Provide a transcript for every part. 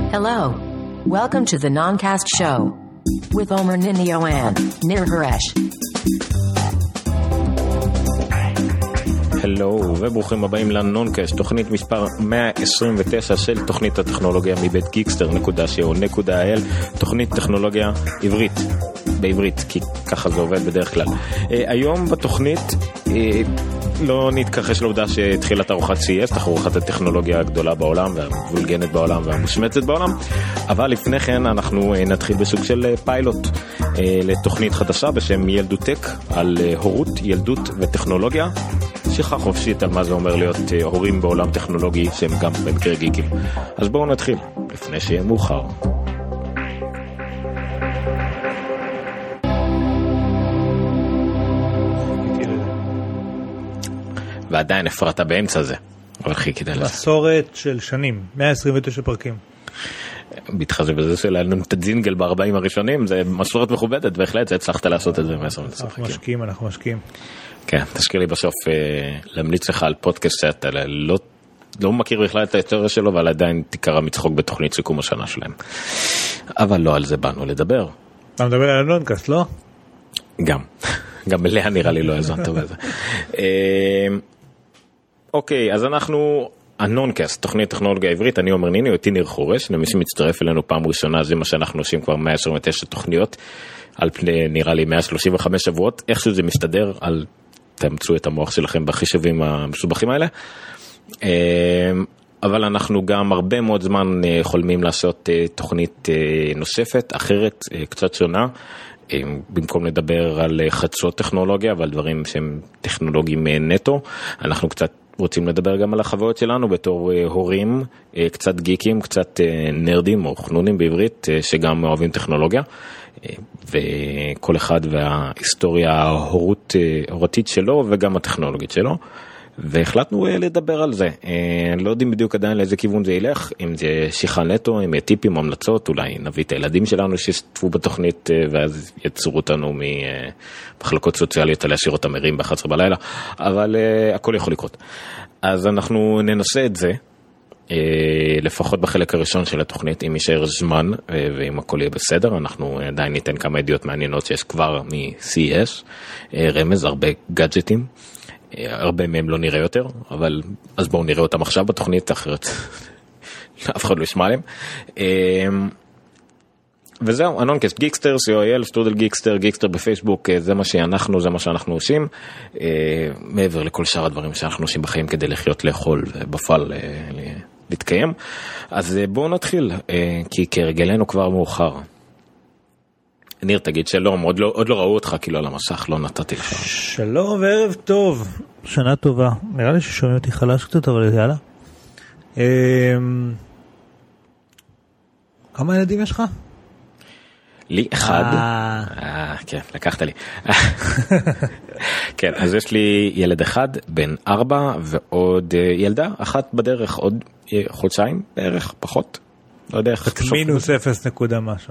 Hello. Welcome to the Noncast Show with Omer Ninio and Nir Haresh. הלו וברוכים הבאים לנונקאסט, תוכנית מספר 129 של תוכנית הטכנולוגיה מבית geekster.co.il, תוכנית טכנולוגיה עברית, בעברית, כי ככה זה עובד בדרך כלל. היום בתוכנית לא נתכחש לעובדה שהתחילה תערוכת CES, תערוכת הטכנולוגיה הגדולה בעולם והמבולגנת בעולם והמושמצת בעולם, אבל לפני כן אנחנו נתחיל בסוג של פיילוט לתוכנית חדשה בשם ילדוטק, על הורות, ילדות וטכנולוגיה, שיחה חופשית על מה זה אומר להיות הורים בעולם טכנולוגי שהם גם במקרה גיקים. אז בואו נתחיל לפני שיהיה מאוחר. ועדיין הפרעת באמצע זה, אבל חיכי לזה. מסורת של שנים, 129 פרקים. מתחזה בזה שלנו את הג'ינגל ב-40 הראשונים, זה מסורת מכובדת, בהחלט, זה הצלחת לעשות את זה. אנחנו משקיעים. כן, תשקיע לי בסוף להמליץ לך על פודקאסט שאתה לא מכיר בכלל את ההיסטוריה שלו, אבל עדיין תקרא מצחוק בתוכנית סיכום השנה שלהם. אבל לא על זה באנו לדבר. אתה מדבר על הנונקאסט, לא? גם אליה נראה לי לא הזנת בזה. אוקיי, אז אנחנו הנונקאסט, תוכנית טכנולוגיה עברית, אני אומר ניני, אותי ניר חורש, למי שמצטרף אלינו פעם ראשונה, זה מה שאנחנו עושים כבר 129 תוכניות, על פני נראה לי 135 שבועות, איך שזה מסתדר, תאמצו את המוח שלכם בחישובים המסובכים האלה, אבל אנחנו גם הרבה מאוד זמן חולמים לעשות תוכנית נוספת, אחרת, קצת שונה, במקום לדבר על חדשות טכנולוגיה ועל דברים שהם טכנולוגיים נטו, אנחנו קצת רוצים לדבר גם על החוויות שלנו בתור הורים, קצת גיקים, קצת נרדים או חנונים בעברית, שגם אוהבים טכנולוגיה, וכל אחד וההיסטוריה ההורתית שלו וגם הטכנולוגית שלו, והחלטנו לדבר על זה. לא יודעים בדיוק עדיין לאיזה כיוון זה ילך, אם זה שיחה נטו, אם יהיה טיפים, המלצות, אולי נביא את הילדים שלנו שישתפו בתוכנית, ואז יצרו אותנו ממחלקות סוציאליות להשאיר אותם ערים ב-11 בלילה, אבל הכל יכול לקרות. אז אנחנו ננסה את זה, לפחות בחלק הראשון של התוכנית, אם יישאר זמן, ואם הכל יהיה בסדר, אנחנו עדיין ניתן כמה ידיעות מעניינות שיש כבר מ-CES, רמז, הרבה גאדג'טים, הרבה מהם לא נראה יותר, אבל אז בואו נראה אותם עכשיו בתוכנית, אחרת אף אחד לא ישמע עליהם. וזהו, הנונקאסט, גיקסטר, co.il, שטרודל גיקסטר, גיקסטר בפייסבוק, זה מה שאנחנו עושים, מעבר לכל שאר הדברים שאנחנו עושים בחיים כדי לחיות, לאכול ובפעל להתקיים. אז בואו נתחיל, כי כרגלנו כבר מאוחר. ניר, תגיד שלום, עוד לא ראו אותך כאילו על המסך, לא נתתי לך. שלום וערב טוב, שנה טובה. נראה לי ששומעים אותי חלש קצת, אבל יאללה. כמה ילדים יש לך? לי אחד. כן, לקחת לי. כן, אז יש לי ילד אחד, בן 4, ועוד ילדה, אחת בדרך, עוד חודשיים בערך, פחות. לא יודע איך. מינוס 0 נקודה משהו.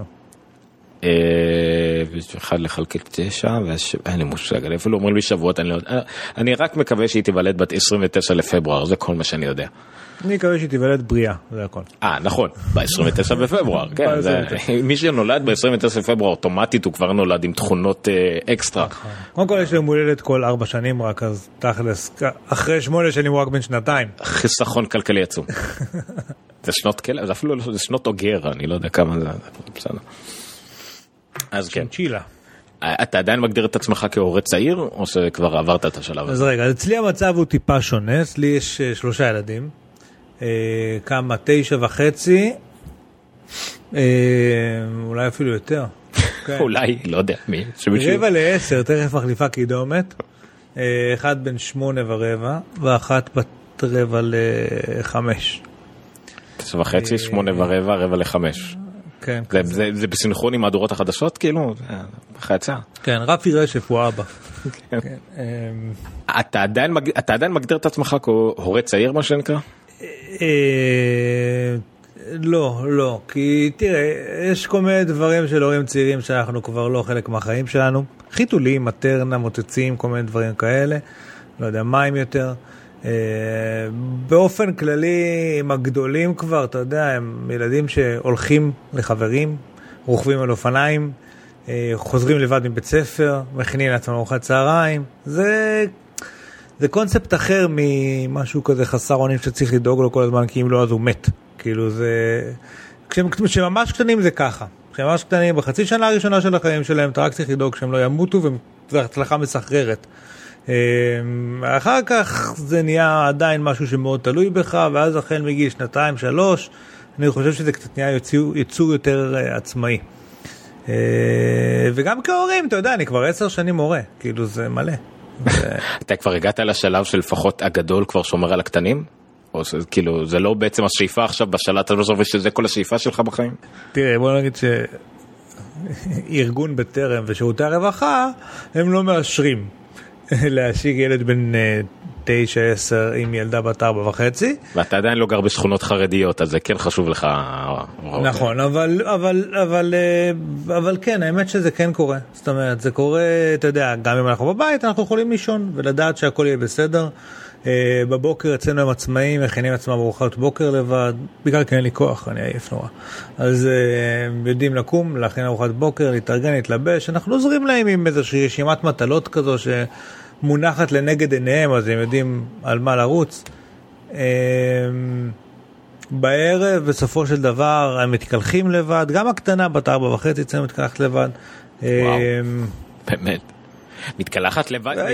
1 לחלקי 9, אין לי מושג, אפילו אומרים לי שבועות, אני רק מקווה שהיא תיוולד בת 29 לפברואר, זה כל מה שאני יודע. אני מקווה שהיא תיוולד בריאה, זה הכל. נכון, ב-29 בפברואר, כן, מי שנולד ב-29 בפברואר, אוטומטית הוא כבר נולד עם תכונות אקסטרה. קודם כל יש להם מולדת כל 4 שנים רק, אז תכלס, אחרי 8 שנים הוא רק בן 2. חיסכון כלכלי עצום. זה שנות כלא, זה אפילו לא, זה שנות אוגר, אני לא יודע כמה זה, בסדר. אז כן. צ'ילה. אתה עדיין מגדיר את עצמך כהורה צעיר, או שכבר עברת את השלב הזה? אז רגע, אצלי המצב הוא טיפה שונה, אצלי יש 3 ילדים, כמה 9.5, אולי אפילו יותר. אולי, לא יודע, מי? 9:45, תכף מחליפה קידומת, אחד בן 8:15, ואחת בת 4:45. 9:30, 8:15, 4:45. כן. זה בסינכרון עם מהדורות החדשות, כאילו? חייצה. כן, רפי רשף הוא אבא. אתה עדיין מגדיר את עצמך כהורה צעיר, מה שנקרא? לא, כי תראה, יש כל מיני דברים של הורים צעירים שאנחנו כבר לא חלק מהחיים שלנו. חיתולים, מטרנה, מוצצים, כל מיני דברים כאלה. לא יודע, מים יותר. באופן כללי, עם הגדולים כבר, אתה יודע, הם ילדים שהולכים לחברים, רוכבים על אופניים, חוזרים לבד מבית ספר, מכינים לעצמם ארוחת צהריים. זה קונספט אחר ממשהו כזה חסר אונים שצריך לדאוג לו כל הזמן, כי אם לא אז הוא מת. כאילו זה... כשממש קטנים זה ככה. כשממש קטנים, בחצי שנה הראשונה של החיים שלהם, אתה רק צריך לדאוג שהם לא ימותו, וזו הצלחה מסחררת. אחר כך זה נהיה עדיין משהו שמאוד תלוי בך, ואז החל מגיל 2-3, אני חושב שזה קצת נהיה יצור יותר עצמאי. וגם כהורים, אתה יודע, אני כבר 10 שנים מורה, כאילו זה מלא. אתה כבר הגעת לשלב שלפחות הגדול כבר שומר על הקטנים? או כאילו זה לא בעצם השאיפה עכשיו בשלט הזה ושזה כל השאיפה שלך בחיים? תראה, בוא נגיד שארגון בטרם ושירותי הרווחה הם לא מאשרים להשיג ילד בן 9-10 עם ילדה בת 4.5. ואתה עדיין לא גר בשכונות חרדיות, אז זה כן חשוב לך. נכון, אבל כן, האמת שזה כן קורה. זאת אומרת, זה קורה, אתה יודע, גם אם אנחנו בבית, אנחנו יכולים לישון ולדעת שהכל יהיה בסדר. בבוקר אצלנו הם עצמאים, מכינים עצמם ארוחת בוקר לבד, בגלל כי אין לי כוח, אני עייף נורא. אז יודעים לקום, להכין ארוחת בוקר, להתארגן, להתלבש, אנחנו עוזרים להם עם איזושהי רשימת מטלות כזו שמונחת לנגד עיניהם, אז הם יודעים על מה לרוץ. בערב, בסופו של דבר, הם מתקלחים לבד, גם הקטנה בת 4.5 אצלנו מתקלחת לבד. וואו, באמת. מתקלחת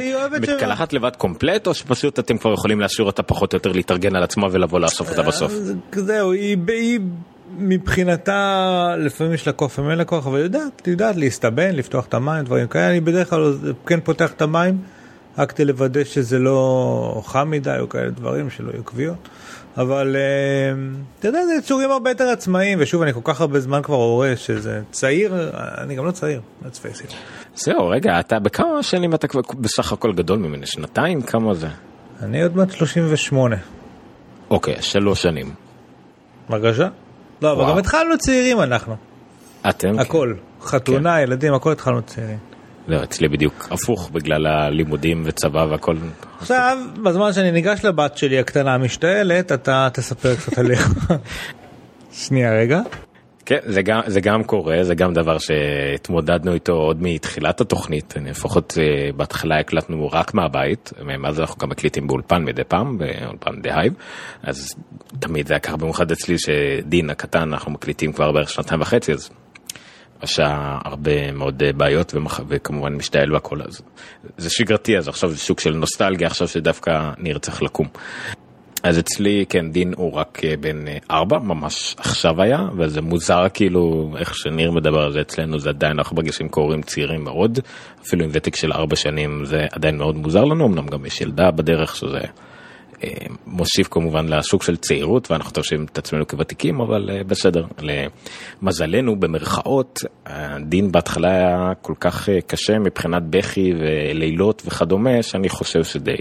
לבד קומפלט, או שפשוט אתם כבר יכולים להשאיר אותה פחות או יותר להתארגן על עצמה ולבוא לאסוף אותה בסוף? זהו, היא מבחינתה, לפעמים יש לה כוח, לפעמים אין לה כוח, אבל יודעת להסתבן, לפתוח את המים, דברים כאלה. אני בדרך כלל כן פותח את המים, רק כדי לוודא שזה לא חם מדי, או כאלה דברים שלא יהיו קביעות. אבל אתה יודע, זה יצורים הרבה יותר עצמאיים, ושוב, אני כל כך הרבה זמן כבר רואה שזה צעיר, אני גם לא צעיר, let's face it. זהו, רגע, אתה בכמה שנים אתה כבר בסך הכל גדול ממני? 2? כמה זה? אני עוד מעט 38. אוקיי, 3 שנים. מרגשה? לא, אבל גם התחלנו צעירים אנחנו. אתם? הכל. חתונה, ילדים, הכל התחלנו צעירים. לא, אצלי בדיוק הפוך, בגלל הלימודים וצבא והכל. עכשיו, בזמן שאני ניגש לבת שלי הקטנה המשתעלת, אתה תספר קצת עליך. שנייה רגע. כן, זה גם קורה, זה גם דבר שהתמודדנו איתו עוד מתחילת התוכנית, לפחות בהתחלה הקלטנו רק מהבית, אז אנחנו גם מקליטים באולפן מדי פעם, באולפן דהייב, אז תמיד זה היה במיוחד אצלי שדין הקטן, אנחנו מקליטים כבר בערך 2.5, אז השעה הרבה מאוד בעיות וכמובן משתעל והכל, אז זה שגרתי, אז עכשיו זה שוק של נוסטלגיה, עכשיו שדווקא ניר צריך לקום. אז אצלי, כן, דין הוא רק בן 4, ממש עכשיו היה, וזה מוזר כאילו, איך שניר מדבר על זה אצלנו, זה עדיין אנחנו מרגישים כהורים צעירים מאוד, אפילו עם ותק של 4 שנים, זה עדיין מאוד מוזר לנו, אמנם גם יש ילדה בדרך, שזה מוסיף כמובן לשוק של צעירות, ואנחנו תרשים את עצמנו כוותיקים, אבל בסדר, למזלנו, במרכאות, דין בהתחלה היה כל כך קשה מבחינת בכי ולילות וכדומה, שאני חושב שדי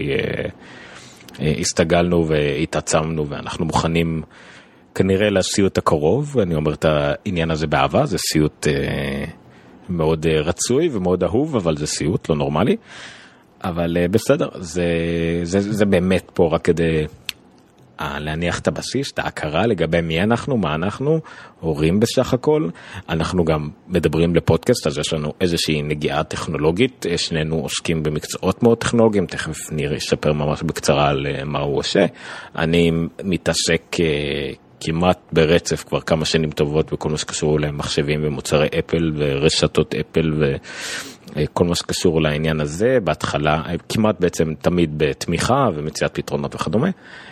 הסתגלנו והתעצמנו, ואנחנו מוכנים כנראה לסיוט הקרוב, ואני אומר את העניין הזה באהבה, זה סיוט מאוד רצוי ומאוד אהוב, אבל זה סיוט לא נורמלי, אבל בסדר, זה באמת פה רק כדי להניח את הבסיס, את ההכרה לגבי מי אנחנו, מה אנחנו, הורים בסך הכל, אנחנו גם מדברים לפודקאסט, אז יש לנו איזושהי נגיעה טכנולוגית, שנינו עוסקים במקצועות מאוד טכנולוגיים, תכף נראה יספר ממש בקצרה על מה הוא עושה, אני מתעסק כמעט ברצף כבר כמה שנים טובות בכל מה שקשור למחשבים ומוצרי אפל ורשתות אפל וכל מה שקשור לעניין הזה, בהתחלה כמעט בעצם תמיד בתמיכה ומציאת פתרונות וכדומה.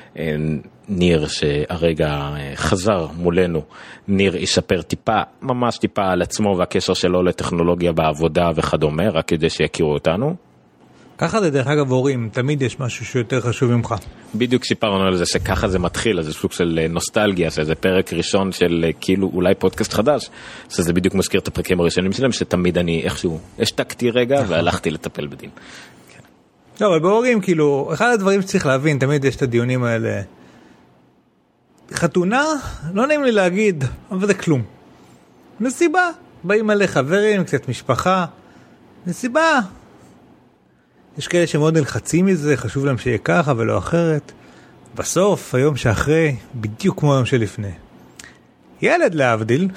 ניר שהרגע חזר מולנו, ניר יספר טיפה, ממש טיפה על עצמו והקשר שלו לטכנולוגיה בעבודה וכדומה, רק כדי שיכירו אותנו. ככה זה דרך אגב הורים, תמיד יש משהו שיותר חשוב ממך. בדיוק סיפרנו על זה שככה זה מתחיל, אז זה סוג של נוסטלגיה, שזה פרק ראשון של כאילו אולי פודקאסט חדש, שזה בדיוק מזכיר את הפרקים הראשונים שלהם, שתמיד אני איכשהו השתקתי רגע והלכתי לטפל בדין. לא, אבל בהורים כאילו, אחד הדברים שצריך להבין, תמיד יש את הדיונים האלה. חתונה, לא נעים לי להגיד, אבל זה כלום. מסיבה, באים מלא חברים, קצת משפחה, מסיבה. יש כאלה שמאוד נלחצים מזה, חשוב להם שיהיה ככה ולא אחרת. בסוף, היום שאחרי, בדיוק כמו היום שלפני. ילד להבדיל,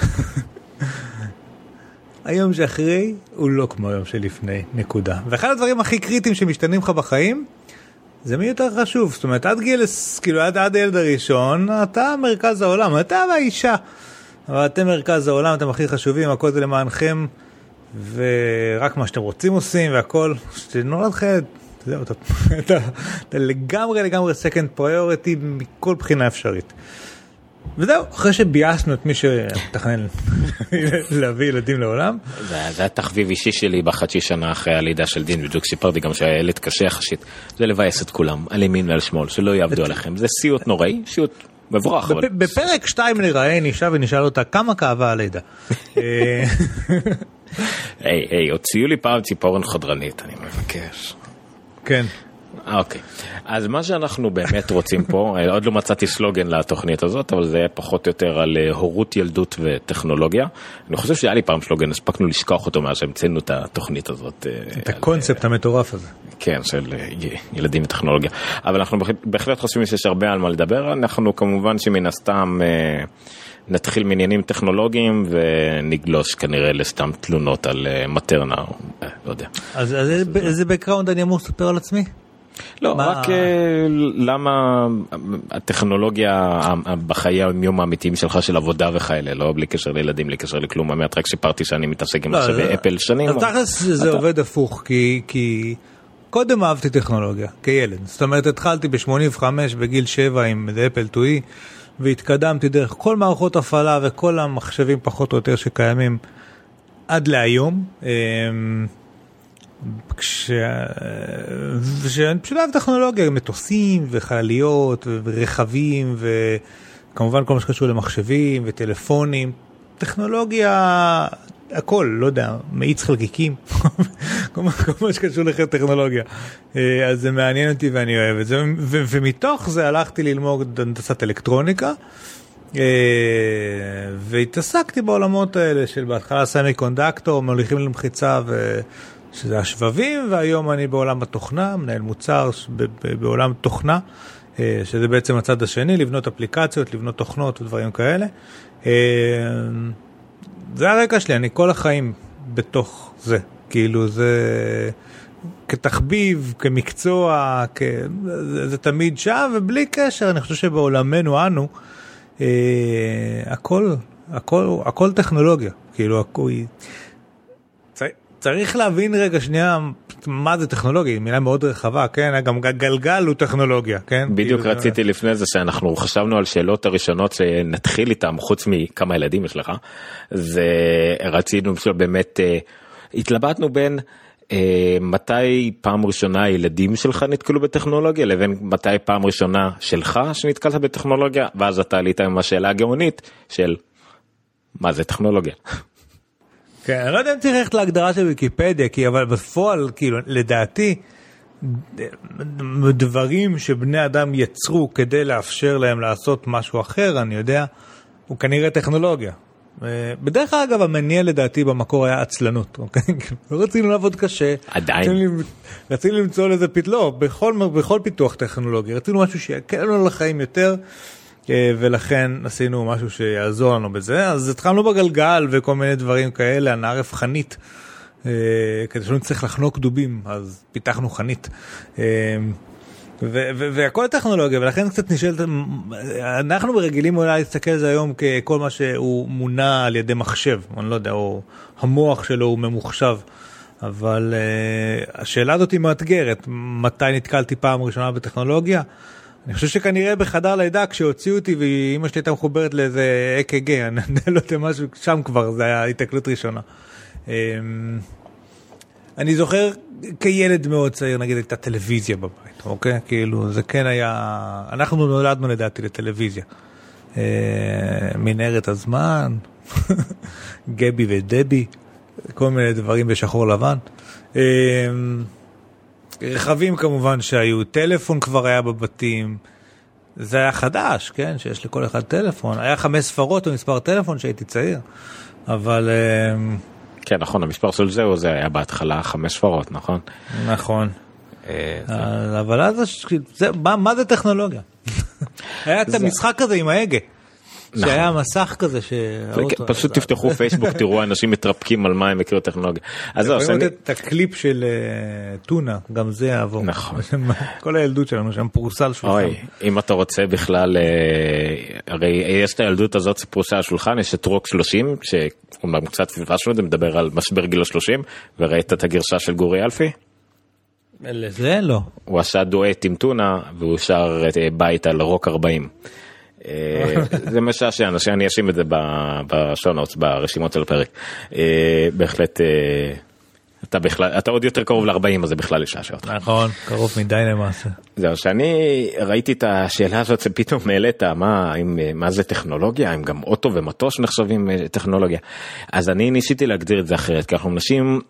היום שאחרי הוא לא כמו היום שלפני, נקודה. ואחד הדברים הכי קריטיים שמשתנים לך בחיים, זה מי יותר חשוב. זאת אומרת, עד גיל, כאילו עד הילד הראשון, אתה מרכז העולם, אתה והאישה. אבל אתם מרכז העולם, אתם הכי חשובים, הכל זה למענכם, ורק מה שאתם רוצים עושים, והכל, שתנולד חד, זהו, אתה לגמרי second priority מכל בחינה אפשרית. וזהו, אחרי שביאסנו את מי שתכנן להביא ילדים לעולם. זה התחביב אישי שלי בחצי שנה אחרי הלידה של דין, בדיוק סיפרתי גם שהילד קשה יחסית, זה לבייס את כולם, על ימין ועל שמאל, שלא יעבדו עליכם, זה סיוט נוראי, סיוט מבורך. בפרק 2 נראה, נשאר ונשאל אותה כמה כאבה הלידה. היי, הוציאו לי פעם ציפורן חודרנית, אני מבקש. כן. אוקיי, אז מה שאנחנו באמת רוצים פה, עוד לא מצאתי סלוגן לתוכנית הזאת, אבל זה פחות או יותר על הורות, ילדות וטכנולוגיה. אני חושב שהיה לי פעם סלוגן, הספקנו לשכוח אותו מאז שהמצאנו את התוכנית הזאת. את הקונספט המטורף הזה. כן, של ילדים וטכנולוגיה. אבל אנחנו בהחלט חושבים שיש הרבה על מה לדבר. אנחנו כמובן שמן הסתם נתחיל מעניינים טכנולוגיים ונגלוש כנראה לסתם תלונות על מטרנה, לא יודע. אז איזה בקראונד אני אמור לספר על עצמי? לא, רק למה הטכנולוגיה בחיי היום האמיתיים שלך של עבודה וכאלה, לא בלי קשר לילדים, בלי קשר לכלום, באמת רק סיפרתי שאני מתעסק עם מחשבי אפל שנים. אז תכלס זה עובד הפוך, כי קודם אהבתי טכנולוגיה, כילד. זאת אומרת, התחלתי ב-85 בגיל 7 עם אפל 2E, והתקדמתי דרך כל מערכות הפעלה וכל המחשבים פחות או יותר שקיימים עד להיום. שאני פשוט אוהב טכנולוגיה, מטוסים וחלליות ורכבים וכמובן כל מה שקשור למחשבים וטלפונים, טכנולוגיה, הכל, לא יודע, מאיץ חלקיקים, כל מה שקשור לטכנולוגיה. אז זה מעניין אותי ואני אוהב את זה, ומתוך זה הלכתי ללמוד הנדסת אלקטרוניקה, והתעסקתי בעולמות האלה של בהתחלה סמי קונדקטור, מוליכים למחיצה שזה השבבים, והיום אני בעולם התוכנה, מנהל מוצר בעולם תוכנה, שזה בעצם הצד השני, לבנות אפליקציות, לבנות תוכנות ודברים כאלה. זה הרקע שלי, אני כל החיים בתוך זה, כאילו זה כתחביב, כמקצוע, זה תמיד שם, ובלי קשר, אני חושב שבעולמנו אנו, הכל טכנולוגיה, כאילו הכל... צריך להבין רגע שנייה מה זה טכנולוגיה, מילה מאוד רחבה, כן? גם גלגל הוא טכנולוגיה, כן? בדיוק רציתי לפני זה שאנחנו חשבנו על שאלות הראשונות שנתחיל איתם, חוץ מכמה ילדים יש לך, ורצינו באמת, התלבטנו בין מתי פעם ראשונה הילדים שלך נתקלו בטכנולוגיה, לבין מתי פעם ראשונה שלך שנתקלת בטכנולוגיה, ואז אתה עלית עם השאלה הגאונית של מה זה טכנולוגיה. כן, אני לא יודע אם צריך ללכת להגדרה של ויקיפדיה, אבל בפועל, כאילו, לדעתי, דברים שבני אדם יצרו כדי לאפשר להם לעשות משהו אחר, אני יודע, הוא כנראה טכנולוגיה. בדרך אגב, המניע לדעתי במקור היה עצלנות, אוקיי? לא רצינו לעבוד קשה. עדיין. רצינו למצוא לזה פתלו, בכל פיתוח טכנולוגי. רצינו משהו שיקל לנו לחיים יותר, ולכן עשינו משהו שיעזור לנו בזה. אז התחלנו בגלגל וכל מיני דברים כאלה, הנערף חנית, כדי שלא נצטרך לחנוק דובים, אז פיתחנו חנית. והכל טכנולוגיה, ולכן קצת נשאלת, אנחנו ברגילים אולי להסתכל על זה היום ככל מה שהוא מונע על ידי מחשב, אני לא יודע, או המוח שלו הוא ממוחשב, אבל השאלה הזאת היא מאתגרת, מתי נתקלתי פעם ראשונה בטכנולוגיה? אני חושב שכנראה בחדר לידה, כשהוציאו אותי ואמא שלי הייתה מחוברת לאיזה אק"ג, אני לא יודע משהו, שם כבר, זה היה התקלות ראשונה. אני זוכר כילד מאוד צעיר, נגיד, הייתה טלוויזיה בבית, אוקיי? כאילו, זה כן היה... אנחנו נולדנו לדעתי לטלוויזיה. מנהרת הזמן, גבי ודבי, כל מיני דברים בשחור לבן. רכבים כמובן שהיו, טלפון כבר היה בבתים, זה היה חדש, כן? שיש לכל אחד טלפון. היה 5 ספרות במספר טלפון שהייתי צעיר, אבל... כן, נכון, המספר של זה היה בהתחלה 5 ספרות, נכון? נכון. אבל אז, מה זה טכנולוגיה? היה את המשחק הזה עם ההגה. שהיה מסך כזה פשוט תפתחו פייסבוק, תראו אנשים מתרפקים על מה הם מכירו טכנולוגיה. אז זהו, את הקליפ של טונה, גם זה יעבור. נכון. כל הילדות שלנו שם פרוסה על שולחן. אוי, אם אתה רוצה בכלל, הרי יש את הילדות הזאת פרוסה על שולחן, יש את רוק 30, שאומנם קצת פלפשנו, זה מדבר על משבר גיל ה-30, וראית את הגרשה של גורי אלפי? לזה לא. הוא עשה דואט עם טונה, והוא שר בית על רוק 40. זה משעשע, אני אשים את זה בשונוטס, ברשימות של הפרק. בהחלט, אתה עוד יותר קרוב ל-40, אז זה בכלל לשעשע אותך. נכון, קרוב מדי למעשה. זהו, שאני ראיתי את השאלה הזאת, פתאום העלית, מה זה טכנולוגיה? אם גם אוטו ומטוש נחשבים טכנולוגיה. אז אני ניסיתי להגדיר את זה אחרת, כי אנחנו מנסים,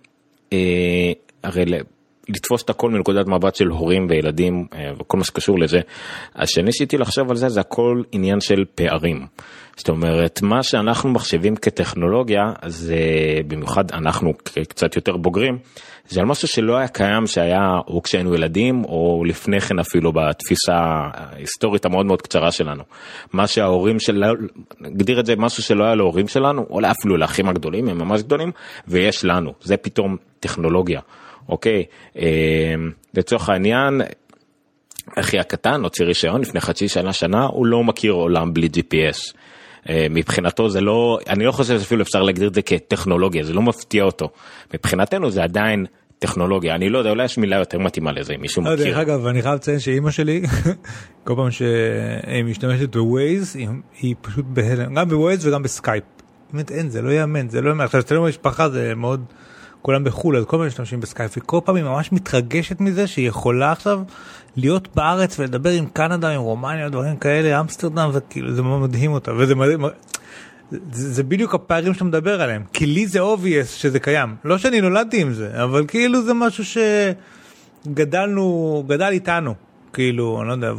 הרי לתפוס את הכל מנקודת מבט של הורים וילדים וכל מה שקשור לזה. אז שניסיתי לחשוב על זה, זה הכל עניין של פערים. זאת אומרת, מה שאנחנו מחשבים כטכנולוגיה, זה במיוחד אנחנו קצת יותר בוגרים, זה על משהו שלא היה קיים שהיה או כשהיינו ילדים, או לפני כן אפילו בתפיסה ההיסטורית המאוד מאוד קצרה שלנו. מה שההורים שלנו, נגדיר את זה משהו שלא היה להורים שלנו, או אפילו לאחים הגדולים, הם ממש גדולים, ויש לנו. זה פתאום טכנולוגיה. אוקיי, לצורך העניין, אחי הקטן, הוציא רישיון לפני חצי שנה, הוא לא מכיר עולם בלי GPS. מבחינתו זה לא, אני לא חושב שאפילו אפשר להגדיר את זה כטכנולוגיה, זה לא מפתיע אותו. מבחינתנו זה עדיין טכנולוגיה, אני לא יודע, אולי יש מילה יותר מתאימה לזה, מישהו מכיר. דרך אגב, אני חייב לציין שאמא שלי, כל פעם שהיא משתמשת בווייז, היא פשוט בהלם, גם בווייז וגם בסקייפ. באמת אין, זה לא יאמן, זה לא יאמן. עכשיו, אצלנו במשפחה זה מאוד, כולם בחול, אז כל פעם משתמשים בסקייפ, וכל פעם היא ממש מתרגשת מזה שהיא יכולה עכשיו להיות בארץ ולדבר עם קנדה, עם רומניה, דברים כאלה, אמסטרדם, וכאילו זה מדהים אותה, וזה מדהים, זה בדיוק הפערים שאתה מדבר עליהם, כי לי זה obvious שזה קיים, לא שאני נולדתי עם זה, אבל כאילו זה משהו גדל איתנו, כאילו, אני לא יודע,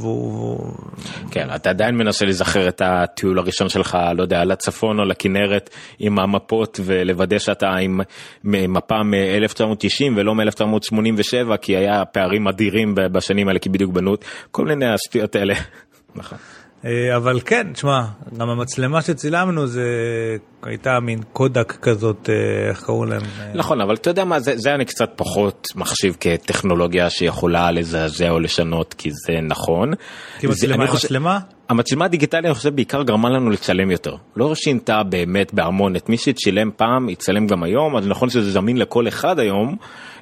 כן, אתה עדיין מנסה לזכר את הטיול הראשון שלך, לא יודע, לצפון או לכנרת, עם המפות, ולוודא שאתה עם מפה מ-1990 ולא מ-1987, כי היה פערים אדירים בשנים האלה, כי בדיוק בנות, כל מיני השטויות האלה. נכון. אבל כן, תשמע, גם המצלמה שצילמנו זה הייתה מין קודק כזאת, איך קראו להם? נכון, אבל אתה יודע מה, זה אני קצת פחות מחשיב כטכנולוגיה שיכולה לזעזע או לשנות, כי זה נכון. כי מצלמה? המצלמה הדיגיטלית אני חושב בעיקר גרמה לנו לצלם יותר. לא שינתה באמת בהמון, את מי שצילם פעם, יצלם גם היום, אז נכון שזה זמין לכל אחד היום,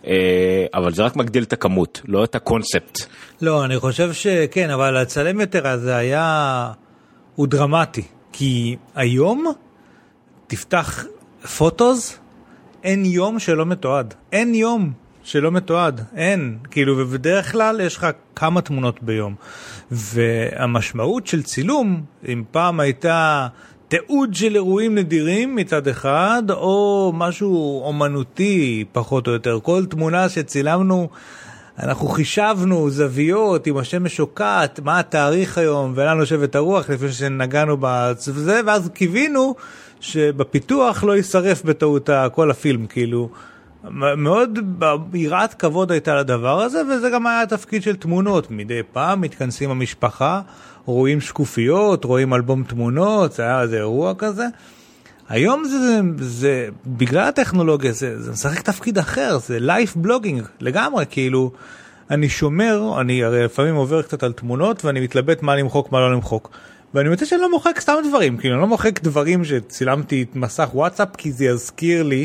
אבל זה רק מגדיל את הכמות, לא את הקונספט. לא, אני חושב שכן, אבל הצלם יותר הזה הוא דרמטי, כי היום תפתח פוטוז, אין יום שלא מתועד, אין יום שלא מתועד, אין, כאילו, ובדרך כלל יש לך כמה תמונות ביום, והמשמעות של צילום, אם פעם הייתה תיעוד של אירועים נדירים מצד אחד, או משהו אומנותי פחות או יותר, כל תמונה שצילמנו, אנחנו חישבנו זוויות עם השמש שוקעת, מה התאריך היום, ולנו יושבת הרוח לפני שנגענו בזה, ואז קיווינו שבפיתוח לא יישרף בטעות כל הפילם, כאילו, מאוד יראת כבוד הייתה לדבר הזה, וזה גם היה התפקיד של תמונות, מדי פעם מתכנסים המשפחה, רואים שקופיות, רואים אלבום תמונות, זה היה איזה אירוע כזה. היום זה בגלל הטכנולוגיה, זה משחק תפקיד אחר, זה לייף בלוגינג, לגמרי, כאילו, אני שומר, אני הרי לפעמים עובר קצת על תמונות, ואני מתלבט מה למחוק, מה לא למחוק. ואני מוצא שאני לא מוחק סתם דברים, כאילו, אני לא מוחק דברים שצילמתי את מסך וואטסאפ, כי זה יזכיר לי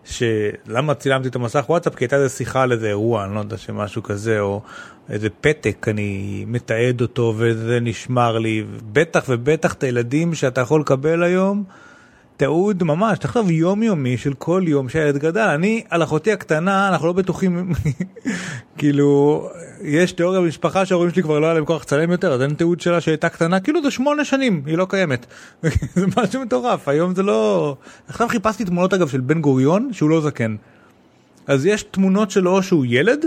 למה צילמתי את המסך וואטסאפ, כי הייתה איזה שיחה על איזה אירוע, אני לא יודע שמשהו כזה, או איזה פתק, אני מתעד אותו, וזה נשמר לי, בטח ובטח את הילדים שאתה יכול לקבל היום, תיעוד ממש, תחשוב יומיומי של כל יום שהילד גדל. אני, על אחותי הקטנה, אנחנו לא בטוחים, כאילו, יש תיאוריה במשפחה שההורים שלי כבר לא היה להם כוח לצלם יותר, אז אין תיעוד שלה שהייתה קטנה, כאילו זה 8 שנים, היא לא קיימת. זה משהו מטורף, היום זה לא... עכשיו חיפשתי תמונות אגב של בן גוריון, שהוא לא זקן. אז יש תמונות שלו או שהוא ילד,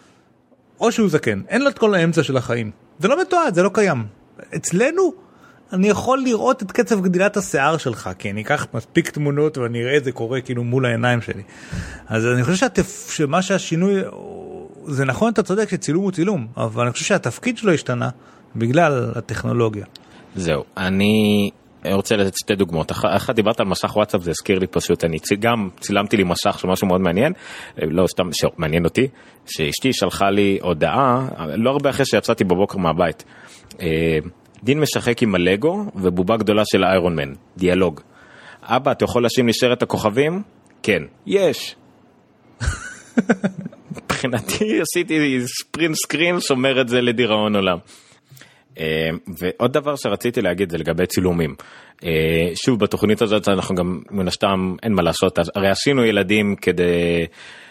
או שהוא זקן. אין לו את כל האמצע של החיים. זה לא מתועד, זה לא קיים. אצלנו, אני יכול לראות את קצב גדילת השיער שלך, כי אני אקח מספיק תמונות ואני אראה את זה קורה כאילו מול העיניים שלי. אז אני חושב שמה שהשינוי זה נכון, אתה צודק שצילום הוא צילום, אבל אני חושב שהתפקיד שלו השתנה בגלל הטכנולוגיה. זהו, אני רוצה לתת שתי דוגמאות. אחת דיברת על מסך וואטסאפ, זה הזכיר לי פשוט, אני גם צילמתי לי מסך של משהו מאוד מעניין, לא סתם מעניין אותי, שאשתי שלחה לי הודעה, לא הרבה אחרי שיצאתי בבוקר מהבית, דין משחק עם הלגו ובובה גדולה של איירון מן, דיאלוג. אבא, אתה יכול להשים לי שרת הכוכבים? כן. יש. מבחינתי עשיתי ספרינט סקרין, שומר את זה לדיראון עולם. ועוד דבר שרציתי להגיד זה לגבי צילומים. שוב, בתוכנית הזאת אנחנו גם מן הסתם אין מה לעשות, הרי עשינו ילדים כדי,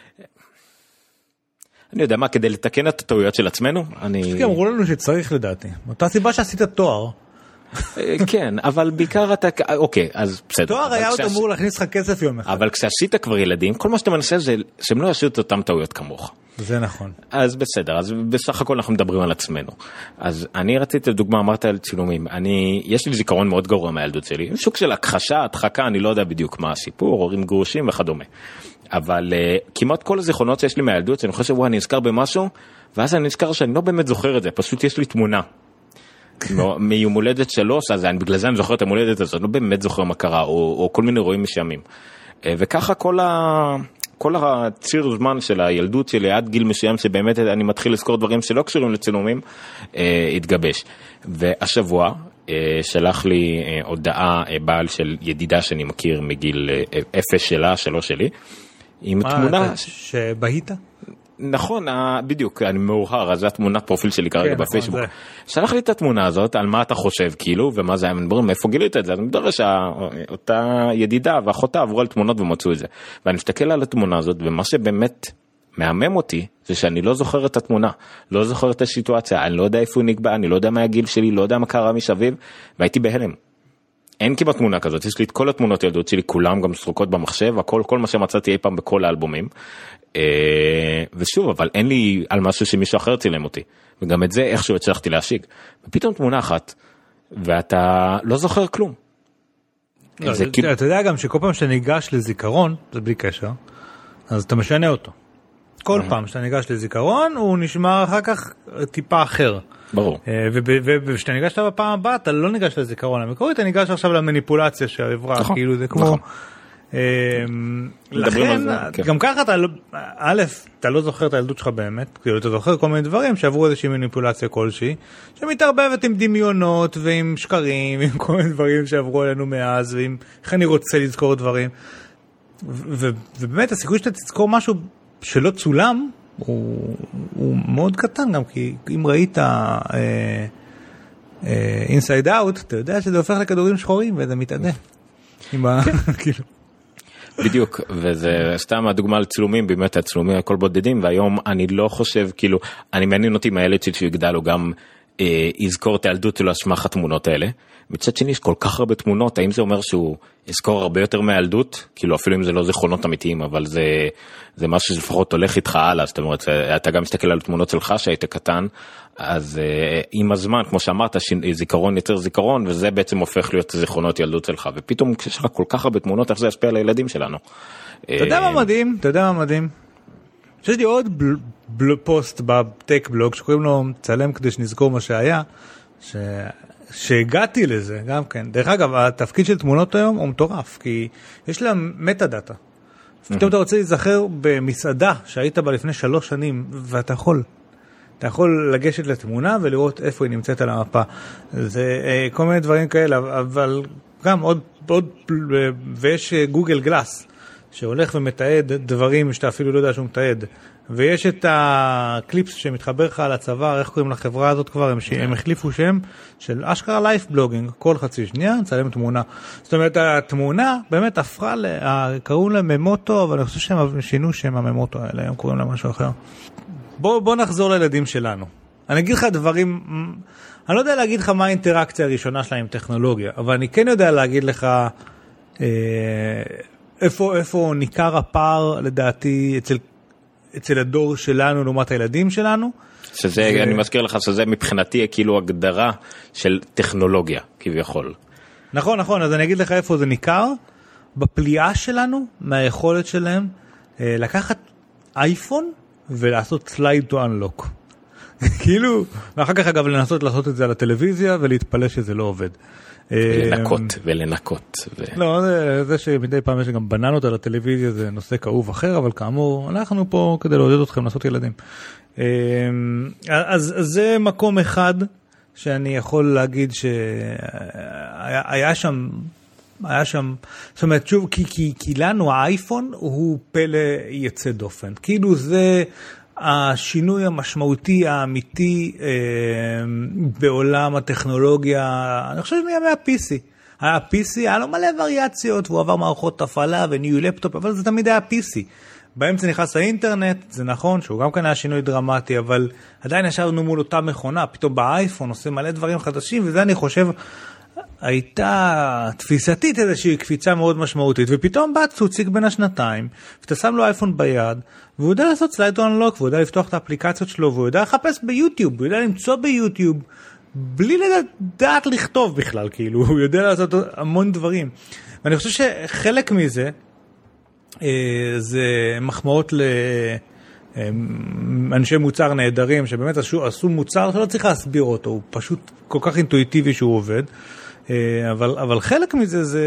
אני יודע מה, כדי לתקן את הטעויות של עצמנו. כי אמרו לנו שצריך לדעתי, אותה סיבה שעשית תואר. כן, אבל בעיקר אתה, אוקיי, אז בסדר. תואר היה עוד אמור להכניס לך כסף יום אחד. אבל כשעשית כבר ילדים, כל מה שאתה מנסה זה שהם לא יעשו את אותם טעויות כמוך. זה נכון. אז בסדר, אז בסך הכל אנחנו מדברים על עצמנו. אז אני רציתי לדוגמה, אמרת על צילומים, יש לי זיכרון מאוד גרוע מהילדות שלי, שוק של הכחשה, הדחקה, אני לא יודע בדיוק מה הסיפור, הורים גרושים וכדומה. אבל כמעט כל הזיכרונות שיש לי מהילדות, שאני חושב, אני נזכר במשהו, ואז אני נזכר שאני לא באמת זוכר את זה, פשוט יש לי תמונה. מיום הולדת 3, אז בגלל זה אני זוכר את המולדת הזאת, לא באמת זוכר מה קרה, או כל מיני רואים משעמים. וככה כל הציר זמן של הילדות שלי עד גיל מסוים, שבאמת אני מתחיל לזכור דברים שלא קשורים לצילומים, התגבש. והשבוע שלח לי הודעה בעל של ידידה שאני מכיר מגיל 0 שלה, 3 שלי, עם תמונה שבהית? נכון, בדיוק, אני מאוחר, אז זה התמונת פרופיל שלי כרגע בפייסבוק. שלח לי את התמונה הזאת, על מה אתה חושב, כאילו, ומה זה היה מנברים, מאיפה גילית את זה? אני מדבר שאותה ידידה ואחותה עברו על תמונות ומצאו את זה. ואני מסתכל על התמונה הזאת, ומה שבאמת מהמם אותי, זה שאני לא זוכר את התמונה, לא זוכר את הסיטואציה, אני לא יודע איפה הוא נקבע, אני לא יודע מה הגיל שלי, לא יודע מה קרה מסביב, והייתי בהלם. אין כמעט תמונה כזאת, יש לי את כל התמונות ילדות שלי, כולם גם סרוקות במחשב, כל מה שמצאתי אי פעם בכל האלבומים. ושוב, אבל אין לי על משהו שמישהו אחר צילם אותי, וגם את זה איכשהו הצלחתי להשיג, ופתאום תמונה אחת ואתה לא זוכר כלום. אתה יודע גם שכל פעם שאתה ניגש לזיכרון, זה בלי קשר, אז אתה משנה אותו. כל פעם שאתה ניגש לזיכרון הוא נשמע אחר כך טיפה אחר. ברור. וכשאתה ניגשת בפעם הבאה אתה לא ניגש לזיכרון המקורי, אתה ניגש עכשיו למניפולציה שעברה, כאילו זה כמו לכן, גם ככה אתה לא זוכר את הילדות שלך באמת, כאילו אתה זוכר כל מיני דברים שעברו איזושהי מניפולציה כלשהי, שמתערבבת עם דמיונות ועם שקרים, ועם כל מיני דברים שעברו עלינו מאז, ועם איך אני רוצה לזכור דברים, ובאמת הסיכוי שאתה תזכור משהו שלא צולם, הוא מאוד קטן גם, כי אם ראית Inside Out, אתה יודע שזה הופך לכדורים שחורים, וזה מתעדה. כאילו בדיוק, וזה סתם הדוגמה על צילומים, באמת הצילומים הכל בודדים, והיום אני לא חושב, כאילו, אני מעניין אותי מהילד שלי שיגדל, הוא גם יזכור את הילדות שלו על סמך התמונות האלה. מצד שני יש כל כך הרבה תמונות, האם זה אומר שהוא יזכור הרבה יותר מהילדות? כאילו אפילו אם זה לא זיכרונות אמיתיים, אבל זה משהו שלפחות הולך איתך הלאה, זאת אומרת, אתה גם מסתכל על תמונות שלך שהיית קטן, אז עם הזמן, כמו שאמרת, זיכרון יצר זיכרון, וזה בעצם הופך להיות זיכרונות ילדות שלך, ופתאום כשיש לך כל כך הרבה תמונות, איך זה ישפיע על הילדים שלנו? אתה יודע מה מדהים? שיש לי עוד פוסט בטק בלוג, שקוראים לו צלם כדי שנזכור מה שהיה, שהגעתי לזה גם כן. דרך אגב, התפקיד של תמונות היום הוא מטורף, כי יש לה מטה דאטה. פתאום אתה רוצה להיזכר במסעדה שהיית בה לפני 3 שנים, ואתה יכול לגשת לתמונה ולראות איפה היא נמצאת על המפה. זה כל מיני דברים כאלה, אבל גם עוד ויש גוגל גלאס, שהולך ומתעד דברים שאתה אפילו לא יודע שהוא מתעד. ויש את הקליפס שמתחבר לך על הצוואר, איך קוראים לחברה הזאת כבר, הם החליפו שם של אשכרה לייף בלוגינג, כל חצי שנייה נצלם תמונה. זאת אומרת, התמונה באמת הפכה, קראו לה ממוטו, אבל אני חושב שהם שינו שם הממוטו האלה, הם קוראים לה משהו אחר. בוא נחזור לילדים שלנו. אני אגיד לך דברים, אני לא יודע להגיד לך מה האינטראקציה הראשונה שלה עם טכנולוגיה, אבל אני כן יודע להגיד לך איפה ניכר הפער לדעתי אצל הדור שלנו לעומת הילדים שלנו. שזה, אני מזכיר לך שזה מבחינתי כאילו הגדרה של טכנולוגיה, כביכול. נכון, אז אני אגיד לך איפה זה ניכר, בפליאה שלנו, מהיכולת שלהם, לקחת אייפון ולעשות slide to unlock. כאילו, ואחר כך אגב לנסות לעשות את זה על הטלוויזיה ולהתפלא שזה לא עובד. ולנקות. לא, זה שמדי פעם יש גם בננות על הטלוויזיה זה נושא כאוב אחר, אבל כאמור, אנחנו פה כדי לעודד אתכם לעשות ילדים. אז זה מקום אחד שאני יכול להגיד שהיה שם, זאת אומרת, שוב, כי לנו האייפון הוא פלא יצא דופן. כאילו זה השינוי המשמעותי האמיתי בעולם הטכנולוגיה, אני חושב מימי ה-PC. היה PC, היה לו מלא וריאציות, והוא עבר מערכות הפעלה וניו לפטופ, אבל זה תמיד היה PC. באמצע נכנס לאינטרנט, זה נכון שהוא גם כאן היה שינוי דרמטי, אבל עדיין ישבנו מול אותה מכונה, פתאום באייפון עושה מלא דברים חדשים, וזה אני חושב הייתה תפיסתית איזושהי קפיצה מאוד משמעותית, ופתאום בא צוציק בין השנתיים, ואתה שם לו אייפון ביד, והוא יודע לעשות סלייד אנלוק, והוא יודע לפתוח את האפליקציות שלו, והוא יודע לחפש ביוטיוב, הוא יודע למצוא ביוטיוב, בלי לדעת לכתוב בכלל, כאילו, הוא יודע לעשות המון דברים. ואני חושב שחלק מזה, זה מחמאות לאנשי מוצר נהדרים, שבאמת עשו מוצר שלא צריך להסביר אותו, הוא פשוט כל כך אינטואיטיבי שהוא עובד, אבל חלק מזה זה,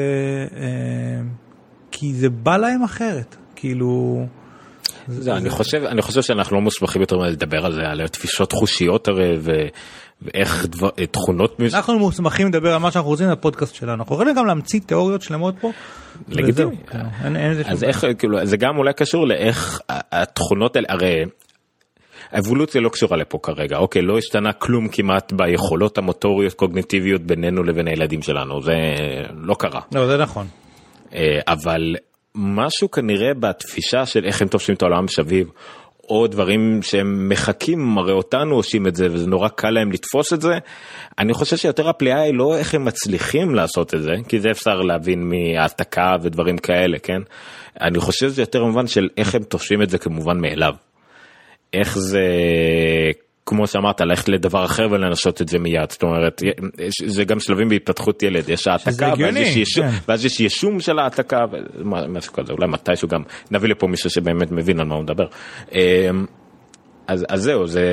כי זה בא להם אחרת, כאילו... אני חושב שאנחנו לא מוסמכים יותר לדבר על זה, על תפיסות חושיות הרי, ואיך תכונות... אנחנו מוסמכים לדבר על מה שאנחנו רוצים בפודקאסט שלנו, אנחנו יכולים גם להמציא תיאוריות שלמות פה. לגיטימי. אז איך, כאילו, זה גם אולי קשור לאיך התכונות האלה, הרי האבולוציה לא קשורה לפה כרגע, אוקיי, לא השתנה כלום כמעט ביכולות המוטוריות, קוגניטיביות בינינו לבין הילדים שלנו, זה לא קרה. לא, זה נכון. אבל משהו כנראה בתפישה של איך הם תופסים את העולם שביב, או דברים שהם מחכים, הרי אותנו עושים את זה, וזה נורא קל להם לתפוס את זה. אני חושב שיותר הפליאה היא לא איך הם מצליחים לעשות את זה, כי זה אפשר להבין מהעתקה ודברים כאלה, כן? אני חושב שזה יותר במובן של איך הם תופסים את זה כמובן מאליו. איך זה, כמו שאמרת, ללכת לדבר אחר ולנסות את זה מיד. זאת אומרת, זה גם שלבים בהתפתחות ילד. יש העתקה, ואז יש ישום של העתקה, משהו כזה, אולי מתישהו גם נביא לפה מישהו שבאמת מבין על מה הוא מדבר. אז זהו, זה...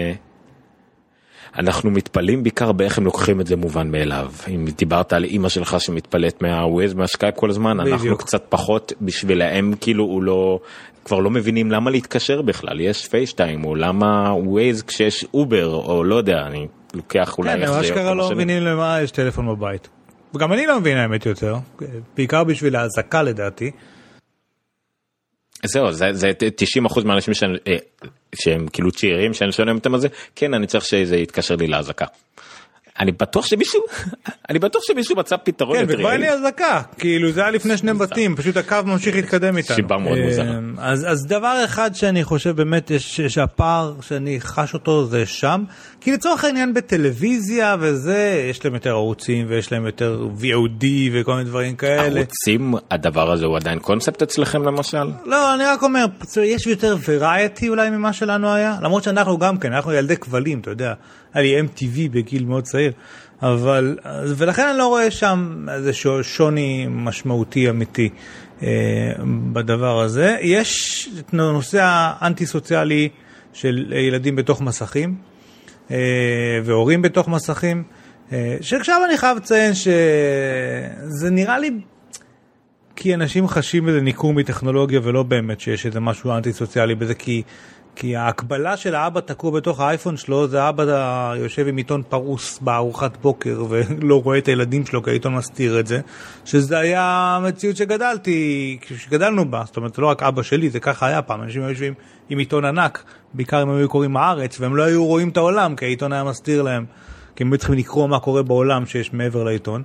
אנחנו מתפלים בעיקר באיך הם לוקחים את זה מובן מאליו. אם דיברת על אמא שלך שמתפלט מהווייז, מהסקייפ כל הזמן, אנחנו קצת פחות בשבילהם, כאילו הוא לא, כבר לא מבינים למה להתקשר בכלל, יש פייסטיים, או למה ווייז כשיש אובר, או לא יודע, אני לוקח אולי איך זה... כן, ממש ככה לא מבינים למה יש טלפון בבית. וגם אני לא מבין האמת יותר, בעיקר בשביל ההזקה לדעתי. זהו, זה 90% מהאנשים שהם כאילו צעירים, שאני שואל אותם על זה, כן, אני צריך שזה יתקשר לי להזקה. אני בטוח שמישהו מצא פתרון. כן, וכבר אין לי הזקה, כאילו זה היה לפני שני בתים, פשוט הקו ממשיך להתקדם איתנו. שיבה מאוד מוזרה. אז דבר אחד שאני חושב באמת, שהפער שאני חש אותו זה שם, כי לצורך העניין בטלוויזיה וזה, יש להם יותר ערוצים ויש להם יותר VOD וכל מיני דברים כאלה. ערוצים, הדבר הזה הוא עדיין קונספט אצלכם למשל? לא, אני רק אומר, יש יותר וריאטי אולי ממה שלנו היה, למרות שאנחנו גם כן, אנחנו ילדי כבלים, אתה יודע, היה לי MTV בגיל מאוד צעיר, אבל, ולכן אני לא רואה שם איזה שוני משמעותי אמיתי בדבר הזה. יש את נושא האנטי-סוציאלי של ילדים בתוך מסכים, והורים בתוך מסכים, שעכשיו אני חייב לציין שזה נראה לי כי אנשים חשים בזה ניכור מטכנולוגיה ולא באמת שיש איזה משהו אנטי-סוציאלי בזה, כי ההקבלה של האבא תקוע בתוך האייפון שלו, זה האבא יושב עם עיתון פרוס בארוחת בוקר ולא רואה את הילדים שלו כי העיתון מסתיר את זה, שזה היה מציאות שגדלנו בה, זאת אומרת לא רק אבא שלי, זה ככה היה פעם, אנשים היו יושבים עם עיתון ענק, בעיקר אם היו קוראים הארץ, והם לא היו רואים את העולם כי העיתון היה מסתיר להם, כי הם היו צריכים לקרוא מה קורה בעולם שיש מעבר לעיתון.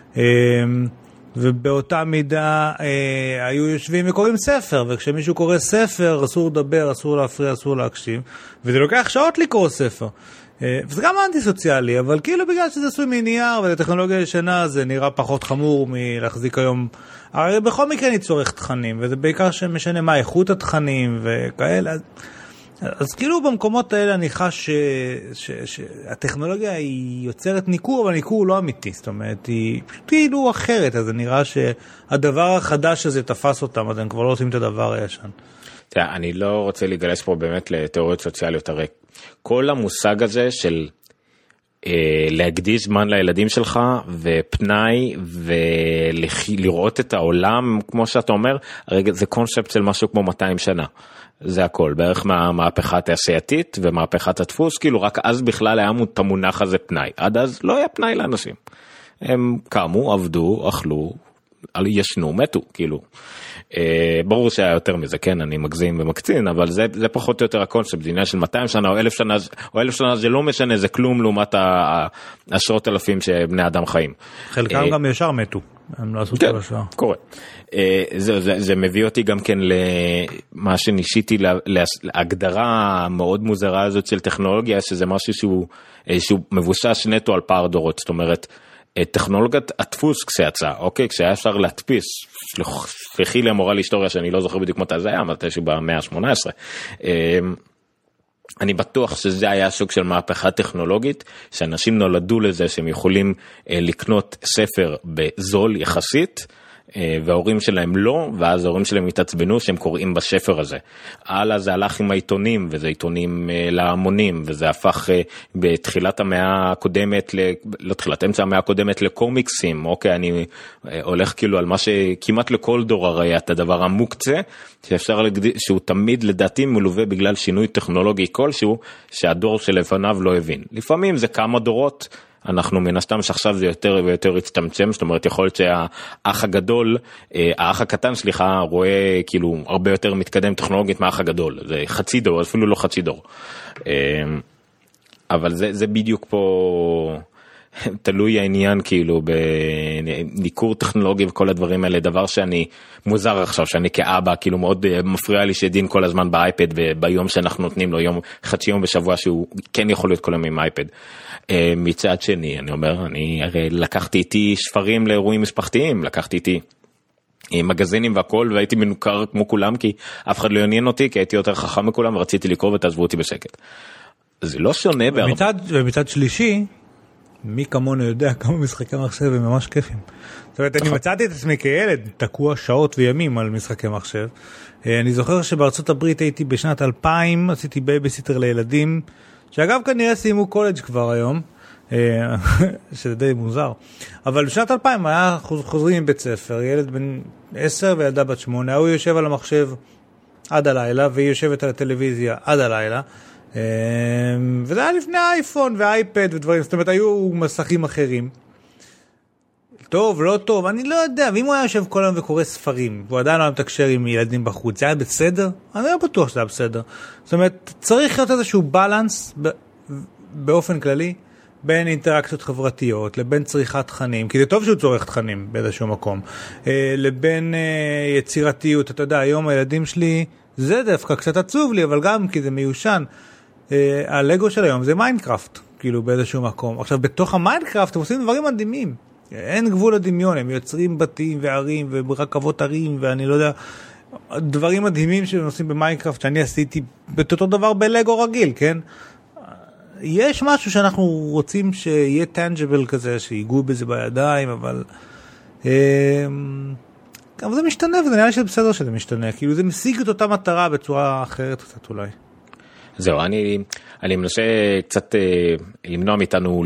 ובאותה מידה היו יושבים וקוראים ספר, וכשמישהו קורא ספר אסור לדבר, אסור להפריע, אסור להקשיב, וזה לוקח שעות לקרוא ספר. וזה גם אנטי סוציאלי, אבל כאילו בגלל שזה עשוי מנייר ולטכנולוגיה ישנה זה נראה פחות חמור מלהחזיק היום. הרי בכל מקרה אני צורך תכנים, וזה בעיקר שמשנה מה איכות התכנים וכאלה. אז כאילו במקומות האלה אני חש שהטכנולוגיה היא יוצרת ניכור, אבל ניכור הוא לא אמיתי, זאת אומרת, היא כאילו אחרת, אז זה נראה שהדבר החדש הזה תפס אותם, אז הם כבר לא עושים את הדבר הישן. אני לא רוצה להיגלש פה באמת לתיאוריות סוציאליות, הרי כל המושג הזה של להקדיש זמן לילדים שלך ופנאי ולראות את העולם כמו שאתה אומר, הרי זה קונספט של משהו כמו 200 שנה, זה הכל, בערך מהמהפכה התעשייתית ומהפכת הדפוס, כאילו רק אז בכלל היה את המונח הזה פנאי, עד אז לא היה פנאי לאנשים, הם קמו, עבדו, אכלו, ישנו, מתו, כאילו. ברור שהיה יותר מזה, כן, אני מגזים ומקצין, אבל זה פחות או יותר הקונספט, זה עניין של 200 שנה או 1,000 שנה, זה לא משנה, זה כלום לעומת עשרות אלפים שבני אדם חיים. חלקם גם ישר מתו, הם לא עשו כל השאר. קורה. זה מביא אותי גם כן למה שניסיתי, להגדרה מאוד מוזרה הזאת של טכנולוגיה, שזה משהו שהוא מבוסס נטו על פער דורות, זאת אומרת, טכנולוגיית הדפוס כשיצא, אוקיי, כשהיה אפשר להדפיס, סליחי לי המורה להיסטוריה שאני לא זוכר בדיוק מתי זה היה, מתישהו במאה ה-18, אני בטוח שזה היה סוג של מהפכה טכנולוגית, שאנשים נולדו לזה שהם יכולים לקנות ספר בזול יחסית, וההורים שלהם לא, ואז ההורים שלהם התעצבנו שהם קוראים בספר הזה. הלאה זה הלך עם העיתונים, וזה עיתונים להמונים, וזה הפך בתחילת המאה הקודמת, לא תחילת, אמצע המאה הקודמת לקומיקסים, אוקיי, אני הולך כאילו על מה שכמעט לכל דור הרי את הדבר המוקצה, שאפשר שהוא תמיד לדעתי מלווה בגלל שינוי טכנולוגי כלשהו, שהדור שלפניו לא הבין. לפעמים זה כמה דורות, אנחנו מן הסתם שעכשיו זה יותר ויותר הצטמצם, זאת אומרת יכול להיות שהאח הגדול, האח הקטן סליחה, רואה כאילו הרבה יותר מתקדם טכנולוגית מהאח הגדול, זה חצי דור, אפילו לא חצי דור. אבל זה בדיוק פה תלוי העניין כאילו בניקור טכנולוגי וכל הדברים האלה, דבר שאני מוזר עכשיו, שאני כאבא כאילו מאוד מפריע לי שדין כל הזמן באייפד, וביום שאנחנו נותנים לו חצי יום בשבוע שהוא כן יכול להיות כל יום עם אייפד. מצד שני, אני אומר, אני הרי לקחתי איתי ספרים לאירועים משפחתיים, לקחתי איתי מגזינים והכל, והייתי מנוכר כמו כולם, כי אף אחד לא עניין אותי, כי הייתי יותר חכם מכולם, ורציתי לקרוא ותעזבו אותי בשקט. זה לא שונה ומצד שלישי, מי כמונו יודע כמה משחקי מחשב הם ממש כיפים. זאת אומרת, אני מצאתי את עצמי כילד, תקוע שעות וימים על משחקי מחשב. אני זוכר שבארצות הברית הייתי בשנת 2000, עשיתי בייביסיטר לילדים, שאגב כנראה סיימו קולג' כבר היום, שזה די מוזר. אבל בשנת 2000 היה חוזרים מבית ספר, ילד בן 10 וילדה בת 8, הוא יושב על המחשב עד הלילה, והיא יושבת על הטלוויזיה עד הלילה, וזה היה לפני האייפון והאייפד ודברים, זאת אומרת היו מסכים אחרים. טוב, לא טוב, אני לא יודע, ואם הוא היה יושב כל היום וקורא ספרים, והוא עדיין לא מתקשר עם ילדים בחוץ, זה היה בסדר? אני לא בטוח שזה היה בסדר. זאת אומרת, צריך להיות איזשהו בלנס באופן כללי, בין אינטראקציות חברתיות, לבין צריכת תכנים, כי זה טוב שהוא צורך תכנים באיזשהו מקום, לבין יצירתיות. אתה יודע, היום הילדים שלי, זה דווקא קצת עצוב לי, אבל גם כי זה מיושן, הלגו של היום זה מיינקראפט, כאילו באיזשהו מקום. עכשיו, בתוך המיינקראפט הם עושים דברים מדהימים. אין גבול לדמיון, הם יוצרים בתים וערים ורכבות ערים, ואני לא יודע, דברים מדהימים שהם עושים במיינקראפט, שאני עשיתי אותו דבר בלגו רגיל, כן? יש משהו שאנחנו רוצים שיהיה טנג'בל כזה, שיגעו בזה בידיים, אבל זה משתנה, וזה נראה לי שזה בסדר שזה משתנה, כאילו זה משיג את אותה מטרה בצורה אחרת קצת אולי. זהו, אני מנסה קצת למנוע מאיתנו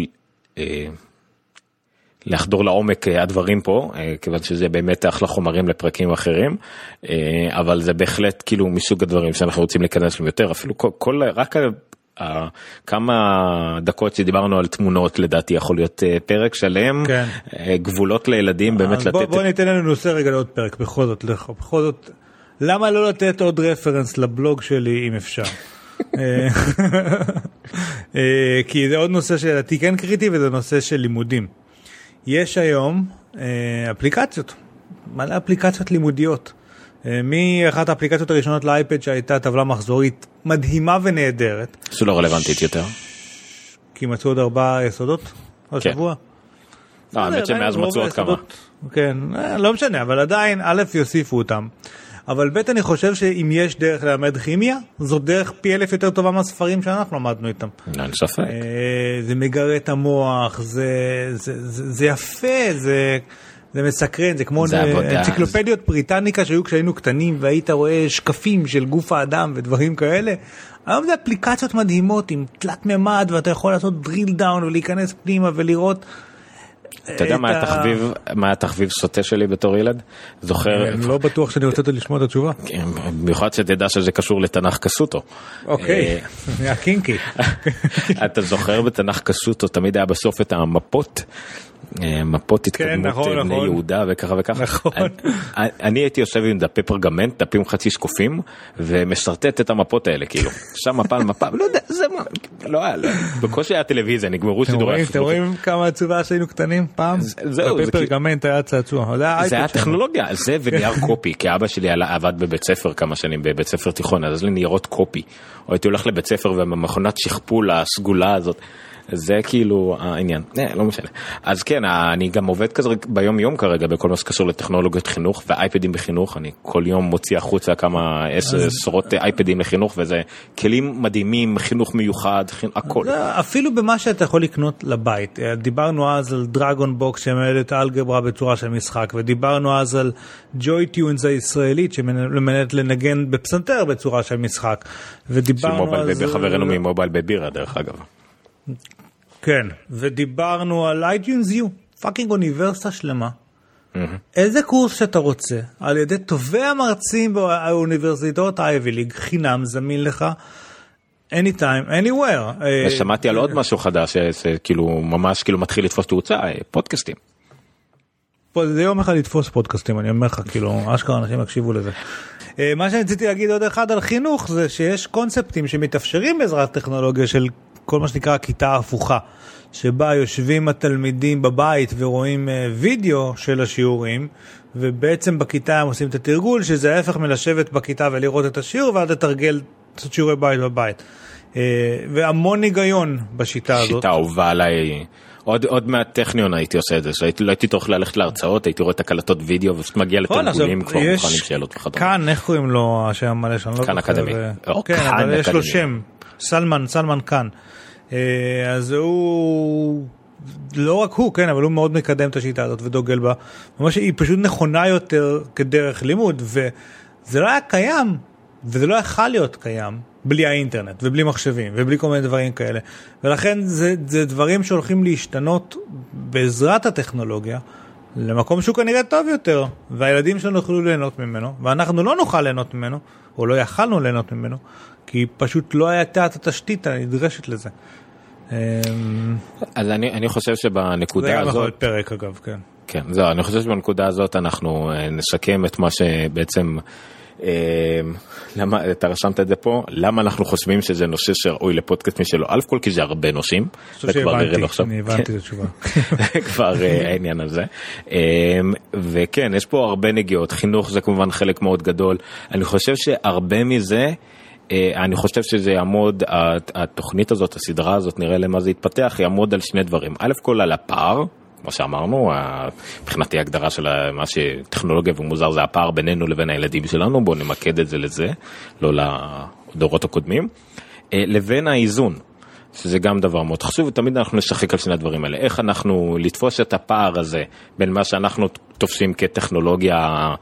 לחדור לעומק הדברים פה, כיוון שזה באמת אחלה חומרים לפרקים אחרים, אבל זה בהחלט כאילו מסוג הדברים שאנחנו רוצים להיכנס להם יותר, אפילו רק כמה דקות שדיברנו על תמונות, לדעתי יכול להיות פרק שלם, כן. גבולות לילדים באמת לתת... בוא ניתן לנו נושא רגע לעוד פרק, בכל זאת, למה לא לתת עוד רפרנס לבלוג שלי אם אפשר? כי זה עוד נושא שלדעתי כן קריטי, וזה נושא של לימודים. יש היום אפליקציות, מלא אפליקציות לימודיות. מאחת האפליקציות הראשונות לאייפד שהייתה טבלה מחזורית מדהימה ונהדרת. זה לא רלוונטית יותר. כי מצאו עוד 4 יסודות השבוע. האמת שמאז מצאו עוד כמה. כן, לא משנה, אבל עדיין א' יוסיפו אותם. אבל ב' אני חושב שאם יש דרך ללמד כימיה, זו דרך פי 1000 יותר טובה מהספרים שאנחנו למדנו איתם. אין ספק. זה מגרה את המוח, זה יפה, זה זה מסקרן, זה כמו אנציקלופדיות בריטניקה שהיו כשהיינו קטנים, והיית רואה שקפים של גוף האדם ודברים כאלה. היום זה אפליקציות מדהימות עם תלת ממד, ואתה יכול לעשות דריל דאון ולהיכנס פנימה ולראות. אתה יודע מה התחביב סוטה שלי בתור ילד? זוכר... אני לא בטוח שאני רוצה לשמוע את התשובה. במיוחד שתדע שזה קשור לתנ"ך קסוטו. אוקיי, זה הקינקי. אתה זוכר בתנ"ך קסוטו, תמיד היה בסוף את המפות, מפות התקדמות בני יהודה וככה וככה. אני הייתי יושב עם דפי פרגמנט, דפים חצי שקופים, ומשרטט את המפות האלה, כאילו. שם מפה על מפה, לא יודע, זה מה, לא היה, בקושי היה טלוויזיה, נגמרו שידורי אתם רואים כמה עצובה שהיינו קטנים פעם? דפי פרגמנט היה צעצוע. זה היה טכנולוגיה, זה ונייר קופי, כי אבא שלי עבד בבית ספר כמה שנים, בבית ספר תיכון, אז לי ניירות קופי. או הייתי הולך לבית ספר ובמכונת שכפול הסגולה הזאת. זה כאילו העניין, לא משנה. אז כן, אני גם עובד כזה ביום יום כרגע בכל מה שקשור לטכנולוגיות חינוך ואייפדים בחינוך. אני כל יום מוציא החוצה כמה עשרות אייפדים לחינוך, וזה כלים מדהימים, חינוך מיוחד, הכל. אפילו במה שאתה יכול לקנות לבית. דיברנו אז על דרגון בוקס שמלמד את האלגברה בצורה של משחק, ודיברנו אז על ג'וי טיונס הישראלית שמלמדת לנגן בפסנתר בצורה של משחק. ודיברנו אז... חברנו ממובייל בבירה דרך אגב. כן, ודיברנו על iTunes U, פאקינג אוניברסיטה שלמה. איזה קורס שאתה רוצה, על ידי טובי המרצים באוניברסיטאות אייבי ליג, חינם זמין לך, anytime, anywhere. ושמעתי על עוד משהו חדש, שכאילו ממש כאילו מתחיל לתפוס תאוצה, פודקאסטים. זה יום אחד לתפוס פודקאסטים, אני אומר לך, כאילו, אשכרה אנשים יקשיבו לזה. מה שאני רציתי להגיד עוד אחד על חינוך, זה שיש קונספטים שמתאפשרים בעזרת טכנולוגיה של כל מה שנקרא כיתה הפוכה, שבה יושבים התלמידים בבית ורואים וידאו של השיעורים, ובעצם בכיתה הם עושים את התרגול, שזה ההפך מלשבת בכיתה ולראות את השיעור, ועד לתרגל את שיעורי בית בבית. והמון היגיון בשיטה הזאת. שיטה אהובה עליי, עוד מהטכניון הייתי עושה את זה, לא הייתי תוכל ללכת להרצאות, הייתי רואה את הקלטות וידאו, ופשוט מגיע לתרגולים כבר מוכנים שאלות וחדות. כאן, איך קוראים לו השם המלא שם? כאן אקדמי. כן, אבל יש לו שם, סלמן כאן. אז הוא, לא רק הוא, כן, אבל הוא מאוד מקדם את השיטה הזאת ודוגל בה. ממש היא פשוט נכונה יותר כדרך לימוד, וזה לא היה קיים, וזה לא יכול להיות קיים, בלי האינטרנט, ובלי מחשבים, ובלי כל מיני דברים כאלה. ולכן זה דברים שהולכים להשתנות בעזרת הטכנולוגיה, למקום שהוא כנראה טוב יותר, והילדים שלנו יוכלו ליהנות ממנו, ואנחנו לא נוכל ליהנות ממנו, או לא יכלנו ליהנות ממנו, כי פשוט לא הייתה את התשתית הנדרשת לזה. אז אני חושב שבנקודה הזאת... זה גם יכול פרק אגב, כן. כן, זהו, אני חושב שבנקודה הזאת אנחנו נשקם את מה שבעצם... למה, אתה רשמת את זה פה, למה אנחנו חושבים שזה נושא שראוי לפודקאסט משלו, אלף כל כי זה הרבה נושאים, אני הבנתי את התשובה. כבר העניין הזה, וכן, יש פה הרבה נגיעות, חינוך זה כמובן חלק מאוד גדול, אני חושב שהרבה מזה, אני חושב שזה יעמוד, התוכנית הזאת, הסדרה הזאת, נראה למה זה יתפתח, יעמוד על שני דברים, אלף כל על הפער, כמו שאמרנו, מבחינתי ההגדרה של מה שטכנולוגיה ומוזר זה הפער בינינו לבין הילדים שלנו, בואו נמקד את זה לזה, לא לדורות הקודמים, לבין האיזון, שזה גם דבר מאוד חשוב, ותמיד אנחנו נשחק על שני הדברים האלה, איך אנחנו לתפוס את הפער הזה, בין מה שאנחנו תופסים כטכנולוגיה,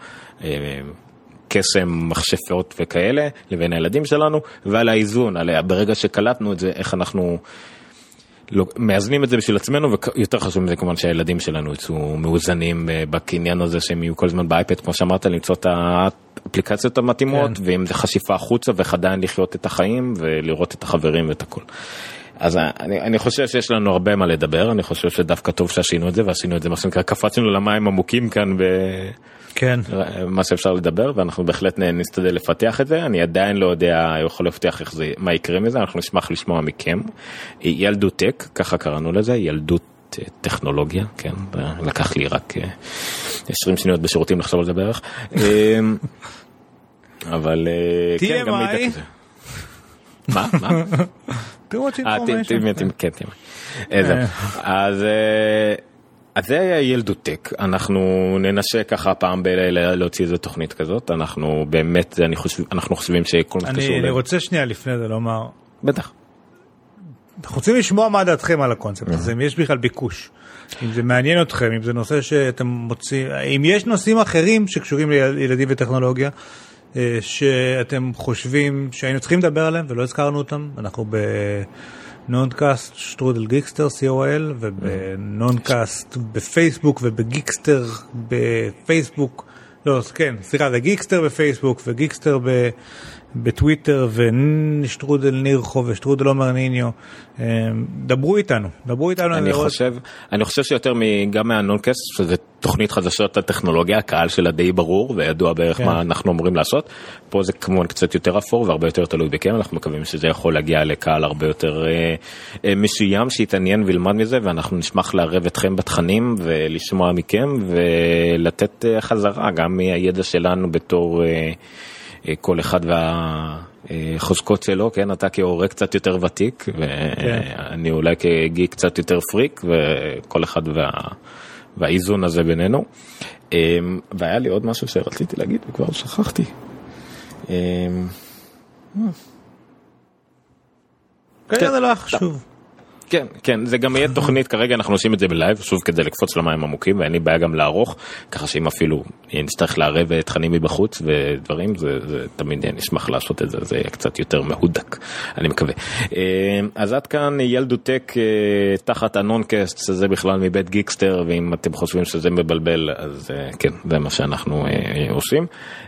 קסם, מכשפות וכאלה, לבין הילדים שלנו, ועל האיזון, ברגע שקלטנו את זה, איך אנחנו... מאזנים את זה בשביל עצמנו, ויותר חשוב מזה כמובן שהילדים שלנו יצאו מאוזנים בקניין הזה, שהם יהיו כל הזמן באייפד, כמו שאמרת, למצוא את האפליקציות המתאימות, ואם זה חשיפה החוצה, ועדיין לחיות את החיים, ולראות את החברים ואת הכל. אז אני חושב שיש לנו הרבה מה לדבר, אני חושב שדווקא טוב שעשינו את זה, ועשינו את זה, מה שנקרא, קפצנו למים עמוקים כאן, כן. מה שאפשר לדבר, ואנחנו בהחלט נסתדל לפתח את זה, אני עדיין לא יודע, יכול להבטיח מה יקרה מזה, אנחנו נשמח לשמוע מכם. ילדוטק, ככה קראנו לזה, ילדות טכנולוגיה, כן, לקח לי רק 20 שניות בשירותים לחשוב על זה בערך, אבל כן, גם מידע כזה. מה? אז זה היה ילדוטק, אנחנו ננסה ככה פעם להוציא איזו תוכנית כזאת, אנחנו באמת, אנחנו חושבים שכל מה שקשור... אני רוצה שנייה לפני זה לומר... בטח. אנחנו רוצים לשמוע מה דעתכם על הקונספט הזה, אם יש בכלל ביקוש, אם זה מעניין אתכם, אם זה נושא שאתם מוצאים, אם יש נושאים אחרים שקשורים לילדים וטכנולוגיה, שאתם חושבים שהיינו צריכים לדבר עליהם ולא הזכרנו אותם, אנחנו בנונקאסט שטרודל גיקסטר co.il ובנונקאסט בפייסבוק ובגיקסטר בפייסבוק, לא, כן, סליחה, זה גיקסטר בפייסבוק וגיקסטר בטוויטר ושטרודל נירחו ושטרודל עומר ניניו. דברו איתנו. אני חושב שיותר גם מהנונקאסט, שזה תוכנית חדשות הטכנולוגיה, הקהל שלה די ברור וידוע בערך מה אנחנו אמורים לעשות. פה זה כמובן קצת יותר אפור והרבה יותר תלוי בכם. אנחנו מקווים שזה יכול להגיע לקהל הרבה יותר מסוים שיתעניין וילמד מזה, ואנחנו נשמח לערב אתכם בתכנים ולשמוע מכם ולתת חזרה גם מהידע שלנו בתור כל אחד והחוזקות שלו, כן, אתה כהורה קצת יותר ותיק, ואני אולי כגיק קצת יותר פריק, וכל אחד והאיזון הזה בינינו. והיה לי עוד משהו שרציתי להגיד, וכבר שכחתי. כן, זה לא חשוב. כן, כן, זה גם יהיה תוכנית, כרגע אנחנו עושים את זה בלייב, שוב כדי לקפוץ למים עמוקים, ואין לי בעיה גם לערוך, ככה שאם אפילו נצטרך לערב תכנים מבחוץ ודברים, זה תמיד נשמח לעשות את זה, זה יהיה קצת יותר מהודק, אני מקווה. אז עד כאן ילדותק תחת הנונקאסט, שזה בכלל מבית גיקסטר, ואם אתם חושבים שזה מבלבל, אז כן, זה מה שאנחנו עושים.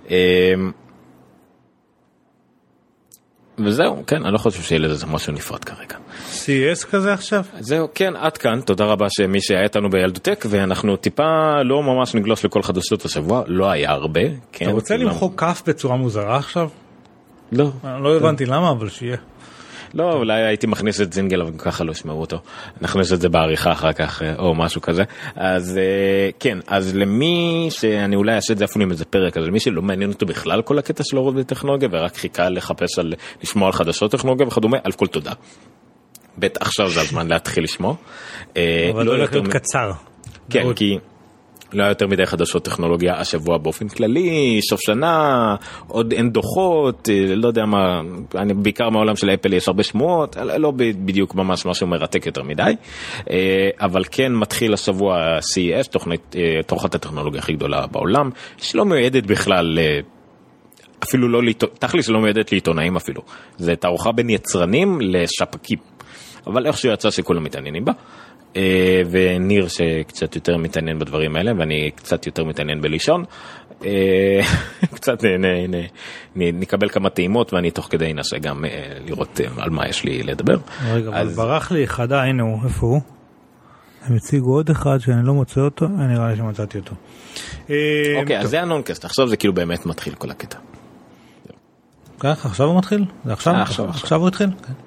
וזהו, כן, אני לא חושב שיהיה לזה משהו נפרד כרגע. CS כזה עכשיו? זהו, כן, עד כאן, תודה רבה שמי שהיה איתנו בילדותק, ואנחנו טיפה לא ממש נגלוש לכל חדשות השבוע, לא היה הרבה. כן, אתה רוצה למחוק כף בצורה מוזרה עכשיו? לא. לא הבנתי למה, אבל שיהיה. לא, אולי הייתי מכניס את זינגל, אבל ככה לא שמעו אותו. נכניס את זה בעריכה אחר כך, או משהו כזה. אז כן, אז למי שאני אולי אעשה את זה אפילו עם איזה פרק, אז למי שלא מעניין אותו בכלל כל הקטע של הורוד בטכנולוגיה, ורק חיכה לחפש לשמוע על חדשות טכנולוגיה וכדומה, על כל תודה. בטח עכשיו זה הזמן להתחיל לשמוע. אבל לא הולך להיות קצר. כן, כי לא היה יותר מדי חדשות טכנולוגיה השבוע באופן כללי, סוף שנה, עוד אין דוחות, לא יודע מה, בעיקר מהעולם של אפל יש הרבה שמועות, לא בדיוק ממש משהו מרתק יותר מדי, אבל כן מתחיל השבוע CES, תוכנית הטכנולוגיה הכי גדולה בעולם, שלא מיועדת בכלל, אפילו לא, תכל'ס שלא מיועדת לעיתונאים אפילו, זה תערוכה בין יצרנים לשפקים, אבל איכשהו יצא שכולם מתעניינים בה. וניר שקצת יותר מתעניין בדברים האלה, ואני קצת יותר מתעניין בלישון, קצת נקבל כמה טעימות, ואני תוך כדי אנסה גם לראות על מה יש לי לדבר. רגע, אבל ברח לי אחד, הנה הוא, איפה הוא? הם הציגו עוד אחד שאני לא מוצא אותו, אני נראה לי שמצאתי אותו. אוקיי, אז זה הנונקאסט, עכשיו זה כאילו באמת מתחיל כל הקטע. ככה, עכשיו הוא מתחיל? עכשיו הוא התחיל?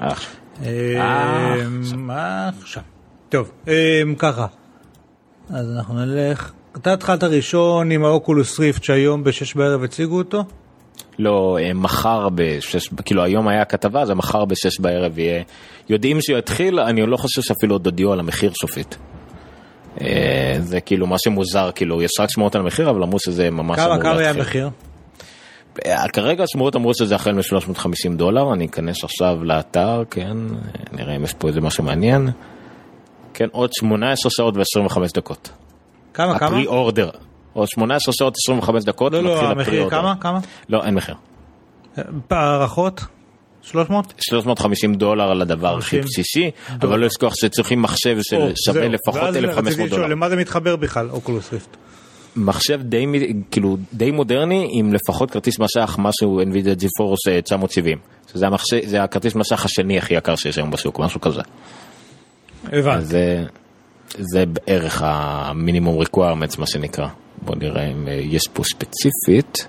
עכשיו. טוב, ככה. אז אנחנו נלך. אתה התחלת ראשון עם האוקולוס ריפט שהיום ב-6 בערב הציגו אותו? לא, מחר ב-6, כאילו היום היה כתבה, אז מחר ב-6 בערב יהיה, יודעים שהוא יתחיל, אני לא חושב שאפילו עוד הודיעו על המחיר סופית. זה כאילו מה שמוזר, כאילו יש רק שמועות על המחיר, אבל אמרו שזה ממש אמור להתחיל. כמה היה המחיר? כרגע השמועות אמרו שזה החל $350, אני אכנס עכשיו לאתר, כן, נראה אם יש פה איזה משהו מעניין. כן, עוד 18 שעות ו-25 דקות. כמה? הפרי אורדר. עוד 18 שעות 25 דקות. לא, המחיר כמה? לא, אין מחיר. הערכות? 300? $350 על הדבר הכי בסיסי, אבל לא לשכוח שצריכים מחשב ששווה לפחות $1,500. למה זה מתחבר בכלל, אוקולוס ריפט? מחשב די מודרני, עם לפחות כרטיס משך, משהו NVIDIA GeForce 970. זה הכרטיס משך השני הכי יקר שיש היום בשוק, משהו כזה. הבנתי. זה בערך המינימום requirements, מה שנקרא. בוא נראה אם יש פה ספציפית.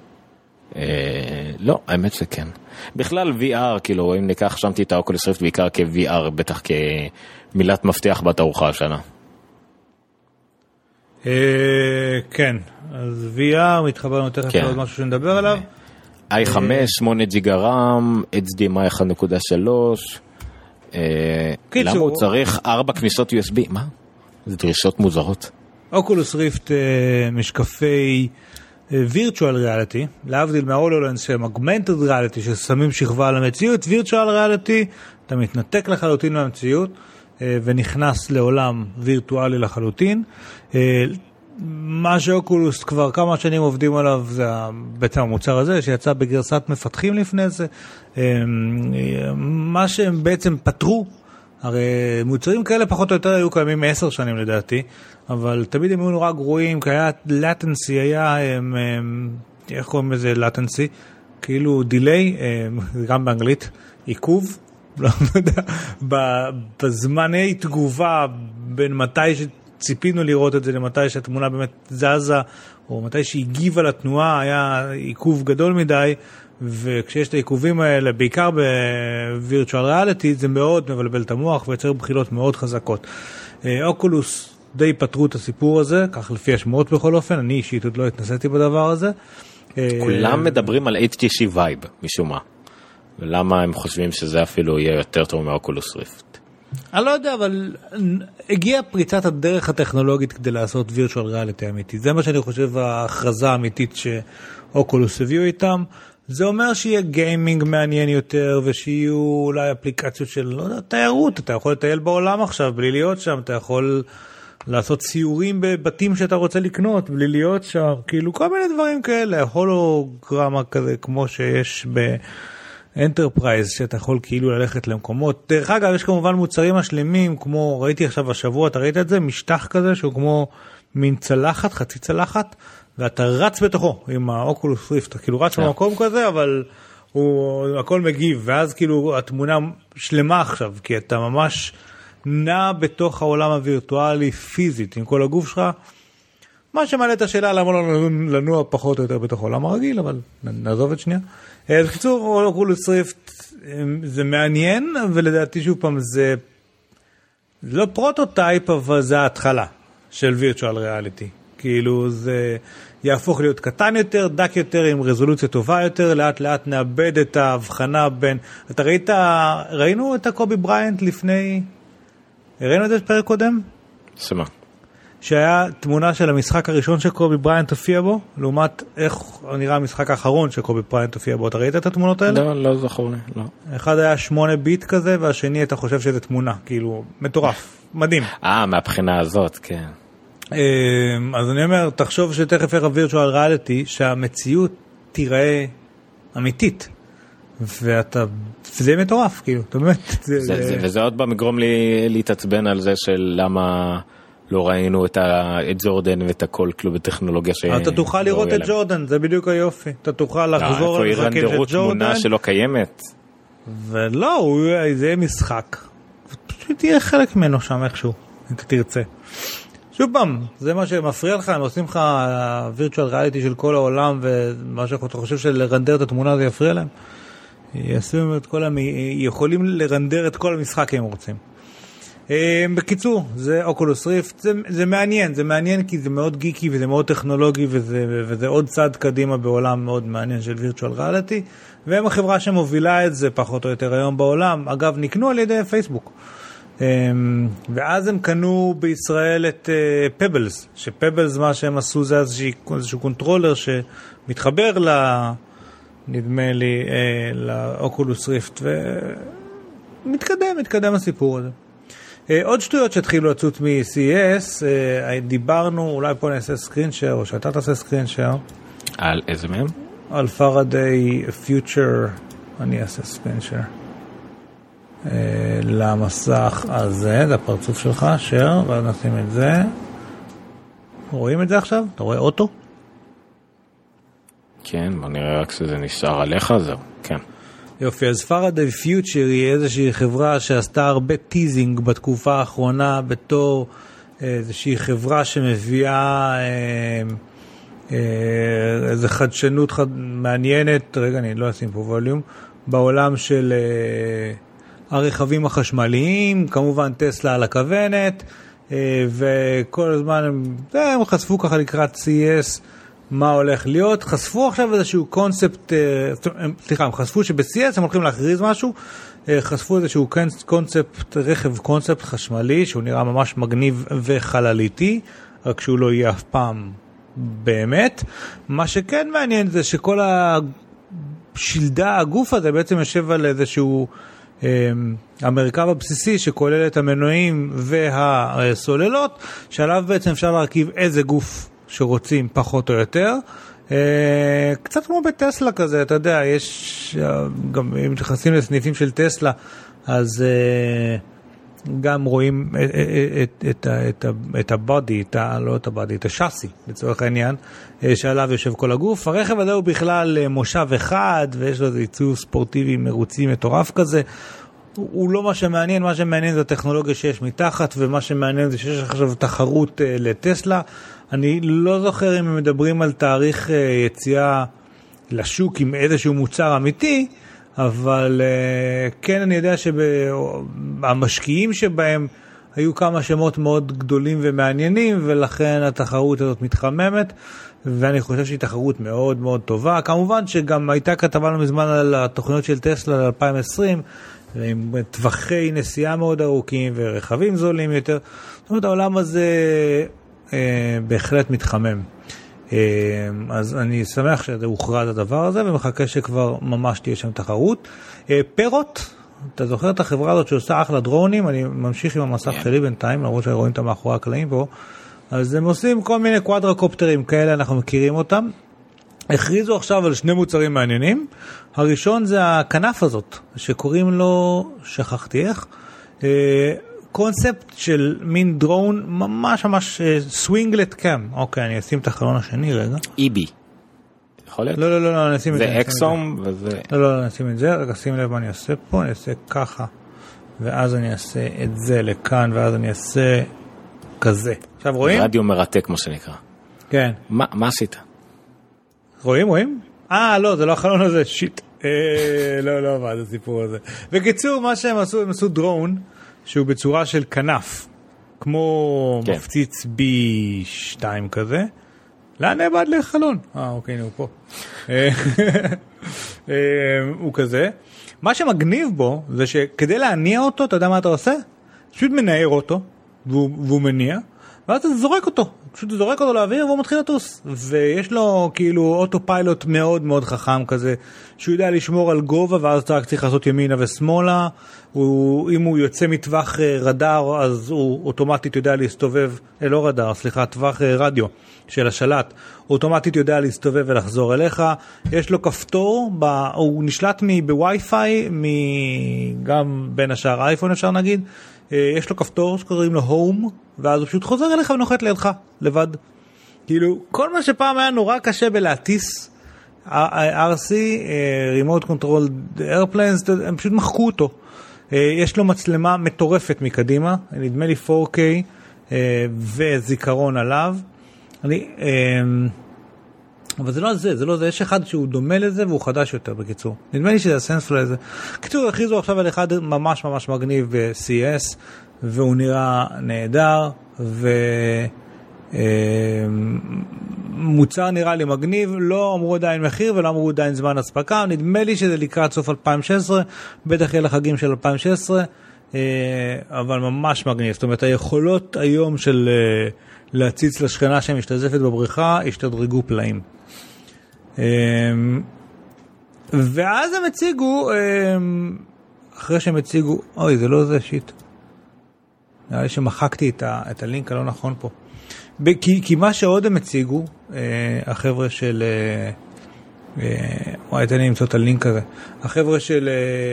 לא, האמת שכן. בכלל VR, כאילו, אם ניקח, שמתי את האוקולוס ריפט בעיקר כ-VR, בטח כמילת מפתח בתערוכה השנה. כן, אז VR מתחברנו תכף לעוד משהו שנדבר עליו. i5, 8 ג'יגה רם, HDMI 1.3. למה הוא צריך 4 כניסות USB? מה? זה דרישות מוזרות. אוקולוס ריפט משקפי virtual reality, להבדיל מההולולנס שהם augmented reality ששמים שכבה על המציאות, virtual reality אתה מתנתק לחלוטין מהמציאות ונכנס לעולם וירטואלי לחלוטין. מה שאוקולוס כבר כמה שנים עובדים עליו זה בעצם המוצר הזה שיצא בגרסת מפתחים לפני זה. מה שהם בעצם פתרו, הרי מוצרים כאלה פחות או יותר היו קיימים 10 שנים לדעתי, אבל תמיד הם היו נורא גרועים, כי היה latency, היה, איך קוראים לזה latency? כאילו דיליי, גם באנגלית, עיכוב, לא יודע, בזמני תגובה בין מתי ציפינו לראות את זה למתי שהתמונה באמת זזה, או מתי שהגיבה לתנועה, היה עיכוב גדול מדי, וכשיש את העיכובים האלה, בעיקר ב-Virtual Reality, זה מאוד מבלבל את המוח, ויוצר בחילות מאוד חזקות. אוקולוס די פתרו את הסיפור הזה, כך לפי השמועות בכל אופן, אני אישית עוד לא התנסיתי בדבר הזה. כולם מדברים על HTC Vibe, משום מה. ולמה הם חושבים שזה אפילו יהיה יותר טוב מאוקולוס ריפט? אני לא יודע, אבל הגיעה פריצת הדרך הטכנולוגית כדי לעשות virtual reality אמיתי. זה מה שאני חושב ההכרזה האמיתית שאוקולוס הביאו איתם. זה אומר שיהיה גיימינג מעניין יותר, ושיהיו אולי אפליקציות של, לא יודע, תיירות. אתה יכול לטייל בעולם עכשיו בלי להיות שם, אתה יכול לעשות סיורים בבתים שאתה רוצה לקנות בלי להיות שם, כאילו כל מיני דברים כאלה, הולוגרמה כזה כמו שיש אנטרפרייז, שאתה יכול כאילו ללכת למקומות. דרך אגב, יש כמובן מוצרים השלמים, כמו ראיתי עכשיו השבוע, אתה ראית את זה? משטח כזה, שהוא כמו מין צלחת, חצי צלחת, ואתה רץ בתוכו עם האוקולוס ריפט, אתה כאילו רץ במקום כזה, אבל הכל מגיב, ואז כאילו התמונה שלמה עכשיו, כי אתה ממש נע בתוך העולם הווירטואלי פיזית, עם כל הגוף שלך, מה שמעלה את השאלה למה לא לנוע פחות או יותר בתוך העולם הרגיל, אבל נעזוב את שנייה. בקיצור, אוקולוס ריפט זה מעניין, ולדעתי שוב פעם זה לא פרוטוטייפ, אבל זה ההתחלה של וירטואל ריאליטי. כאילו זה יהפוך להיות קטן יותר, דק יותר, עם רזולוציה טובה יותר, לאט לאט נאבד את ההבחנה בין, אתה ראינו את הקובי בריינט לפני, ראינו את זה פרק קודם? שמה? שהיה תמונה של המשחק הראשון שקובי בריינט הופיע בו, לעומת איך נראה המשחק האחרון שקובי בריינט הופיע בו. אתה ראית את התמונות האלה? לא זכור לי, לא. אחד היה 8 ביט כזה, והשני אתה חושב שזה תמונה, כאילו, מטורף, מדהים. מהבחינה הזאת, כן. אז אני אומר, תחשוב שתכף יהיה וירטואל ריאליטי, שהמציאות תיראה אמיתית, וזה מטורף, כאילו, אתה באמת. וזה עוד פעם יגרום לי להתעצבן על זה של למה לא ראינו את ג'ורדן ואת הכל כלום בטכנולוגיה ש... אתה תוכל לראות את ג'ורדן, זה בדיוק היופי. אתה תוכל לחזור על משחקים של ג'ורדן. תמונה שלא קיימת. ולא, זה יהיה משחק. פשוט תהיה חלק ממנו שם איכשהו, אם אתה תרצה. שוב פעם, זה מה שמפריע לך, הם עושים לך וירטואל ריאליטי של כל העולם, ומה שאתה חושב שלרנדר את התמונה זה יפריע להם. יכולים לרנדר את כל המשחק אם רוצים. בקיצור, זה אוקולוס ריפט, זה מעניין כי זה מאוד גיקי וזה מאוד טכנולוגי וזה עוד צעד קדימה בעולם מאוד מעניין של וירטואל ריאליטי, והם החברה שמובילה את זה פחות או יותר היום בעולם. אגב, נקנו על ידי פייסבוק, ואז הם קנו בישראל את פבלס, שפבלס מה שהם עשו זה איזשהו קונטרולר שמתחבר נדמה לי לאוקולוס ריפט, ומתקדם הסיפור הזה. עוד שטויות שהתחילו לצוץ מ-CES, דיברנו, אולי פה נעשה סקרין שייר, או שאתה תעשה סקרין שייר. על איזה מהם? על פארדיי פיוטר, אני אעשה סקרין שייר. למסך הזה, זה הפרצוף שלך, שייר, ואז נשים את זה. רואים את זה עכשיו? אתה רואה אוטו? כן, בוא נראה רק שזה נשאר עליך, זהו, כן. יופי, אז פארדיי פיוטר היא איזושהי חברה שעשתה הרבה טיזינג בתקופה האחרונה בתור איזושהי חברה שמביאה איזו חדשנות מעניינת, רגע אני לא אשים פה ווליום, בעולם של הרכבים החשמליים, כמובן טסלה על הכוונת, וכל הזמן הם חשפו ככה לקראת CES מה הולך להיות, חשפו עכשיו איזשהו קונספט, סליחה, הם חשפו שב-CES הם הולכים להכריז משהו, חשפו איזשהו רכב קונספט חשמלי, שהוא נראה ממש מגניב וחלליתי, רק שהוא לא יהיה אף פעם באמת. מה שכן מעניין זה שכל השלדה, הגוף הזה בעצם יושב על איזשהו המרכב הבסיסי שכולל את המנועים והסוללות, שעליו בעצם אפשר להרכיב איזה גוף שרוצים פחות או יותר. קצת כמו בטסלה כזה, אתה יודע, יש גם אם נכנסים לסניפים של טסלה, אז גם רואים את הבודי, לא את הבודי, את השאסי, לצורך העניין, שעליו יושב כל הגוף. הרכב הזה הוא בכלל מושב אחד, ויש לו איזה ייצור ספורטיבי מרוצי מטורף כזה. הוא לא מה שמעניין, מה שמעניין זה הטכנולוגיה שיש מתחת, ומה שמעניין זה שיש עכשיו תחרות לטסלה. אני לא זוכר אם הם מדברים על תאריך יציאה לשוק עם איזשהו מוצר אמיתי, אבל כן אני יודע שהמשקיעים שבהם היו כמה שמות מאוד גדולים ומעניינים, ולכן התחרות הזאת מתחממת, ואני חושב שהיא תחרות מאוד מאוד טובה. כמובן שגם הייתה כתבה לא מזמן על התוכניות של טסלה ל-2020, עם טווחי נסיעה מאוד ארוכים ורכבים זולים יותר. זאת אומרת, העולם הזה בהחלט מתחמם. אז אני שמח שזה הוכרז הדבר הזה, ומחכה שכבר ממש תהיה שם תחרות. פירוט, אתה זוכר את החברה הזאת שעושה אחלה דרונים? אני ממשיך עם המסך שלי בינתיים, למרות שרואים את מאחורי הקלעים פה. אז הם עושים כל מיני קוואדרקופטרים כאלה, אנחנו מכירים אותם. הכריזו עכשיו על שני מוצרים מעניינים. הראשון זה הכנף הזאת, שקוראים לו, שכחתי איך, קונספט של מין דרון ממש ממש סווינגלט קאם. אוקיי, אני אשים את החלון השני רגע. איבי. יכול להיות? לא, אני אשים את זה. זה אקסום וזה... לא, אני אשים את זה. רגע, שים לב מה אני אעשה פה. אני אעשה ככה, ואז אני אעשה את זה לכאן, ואז אני אעשה כזה. עכשיו רואים? רדיו מרתק, כמו שנקרא. כן. מה עשית? רואים? לא, זה לא החלון הזה, שיט. לא עבד הסיפור הזה. בקיצור, מה שהם עשו, הם עשו דרון, שהוא בצורה של כנף, כמו מפציץ B2 כזה. לאן נאבד לחלון? אוקיי, הנה הוא פה. הוא כזה. מה שמגניב בו, זה שכדי להניע אותו, אתה יודע מה אתה עושה? פשוט מנער אותו, והוא מניע, ואז אתה זורק אותו. פשוט זורק אותו לאוויר והוא מתחיל לטוס. ויש לו כאילו אוטו פיילוט מאוד מאוד חכם כזה, שהוא יודע לשמור על גובה, ואז אתה רק צריך לעשות ימינה ושמאלה. אם הוא יוצא מטווח רדאר, אז הוא אוטומטית יודע להסתובב, לא רדאר, סליחה, טווח רדיו של השלט, הוא אוטומטית יודע להסתובב ולחזור אליך. יש לו כפתור, הוא נשלט בווי-פיי, גם בין השאר אייפון אפשר נגיד, יש לו כפתור שקוראים לו הום, ואז הוא פשוט חוזר אליך ונוחת לידך, לבד. כאילו, כל מה שפעם היה נורא קשה בלהטיס, RC, Remote Control Airplanes, הם פשוט מחקו אותו. יש לו מצלמה מטורפת מקדימה, נדמה לי 4K, וזיכרון עליו. אבל זה לא זה, יש אחד שהוא דומה לזה, והוא חדש יותר בקיצור. נדמה לי שזה הסנספל הזה. קיצור, הכריזו עכשיו על אחד ממש ממש מגניב ב-CS, והוא נראה נהדר, מוצר נראה לי מגניב, לא אמרו עדיין מחיר ולא אמרו עדיין זמן הספקה, נדמה לי שזה לקראת סוף 2016, בטח יהיה לחגים של 2016, אבל ממש מגניב. זאת אומרת, היכולות היום של להציץ לשכנה שמשתזפת בבריכה, השתדרגו פלאים. ואז הם הציגו, אחרי שהם הציגו, אוי, זה לא זה שיט. נראה לי שמחקתי את הלינק הלא נכון פה. כי מה שעוד הם הציגו, החבר'ה של, תן לי למצוא את הלינק הזה, החבר'ה של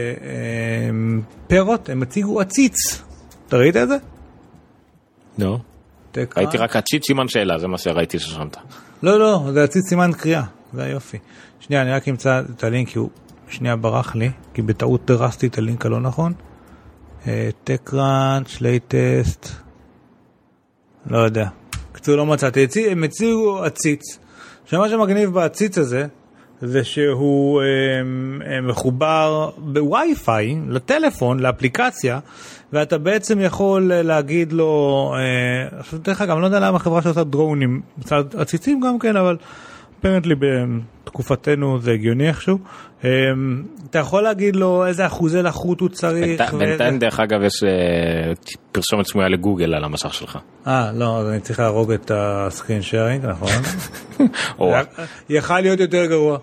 פירוט, הם הציגו עציץ. אתה ראית את זה? לא. ראיתי רק עציץ סימן שאלה, זה מה שראיתי ששמת. לא, זה עציץ סימן קריאה, זה היופי. שנייה, אני רק אמצא את הלינק, כי הוא שנייה ברח לי, כי בטעות דרסתי את הלינק הלא נכון. TechCrunch, Latest, לא יודע. קצור לא מצאתי. הם הציגו עציץ, שמה שמגניב בעציץ הזה, זה שהוא מחובר בווי-פיי לטלפון, לאפליקציה, ואתה בעצם יכול להגיד לו, עכשיו תראה גם, לא יודע למה חברה שעושה דרונים, עציצים גם כן, אבל אפרנטלי בתקופתנו זה הגיוני איכשהו. אתה יכול להגיד לו איזה אחוזי לחות הוא צריך? בינתיים דרך אגב יש פרסומת סמויה לגוגל על המסך שלך. לא, אז אני צריך להרוג את הסקרין שיירינג, נכון? יכל להיות יותר גרוע.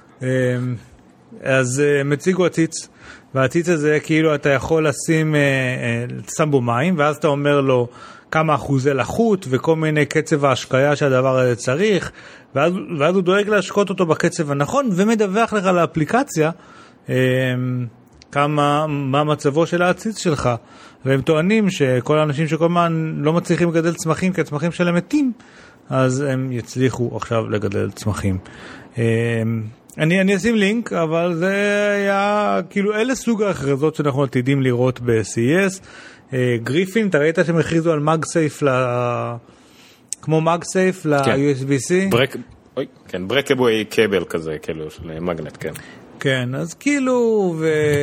אז מציגו הציץ, והציץ הזה כאילו אתה יכול שם בו מים, ואז אתה אומר לו כמה אחוזי לחות וכל מיני קצב ההשקיה שהדבר הזה צריך, ואז הוא דואג להשקות אותו בקצב הנכון, ומדווח לך לאפליקציה מה מצבו של העציץ שלך. והם טוענים שכל האנשים שכל הזמן לא מצליחים לגדל צמחים, כי הצמחים שלהם מתים, אז הם יצליחו עכשיו לגדל צמחים. אני אשים לינק, אבל זה היה, כאילו אלה סוג ההכרזות שאנחנו עתידים לראות ב-CES. גריפין, אתה ראית שהם הכריזו על מגסייף, כמו מגסייף ל-USB-C? כן, ברקבוי קבל כזה, כאילו, של מגנט, כן. כן, אז כאילו,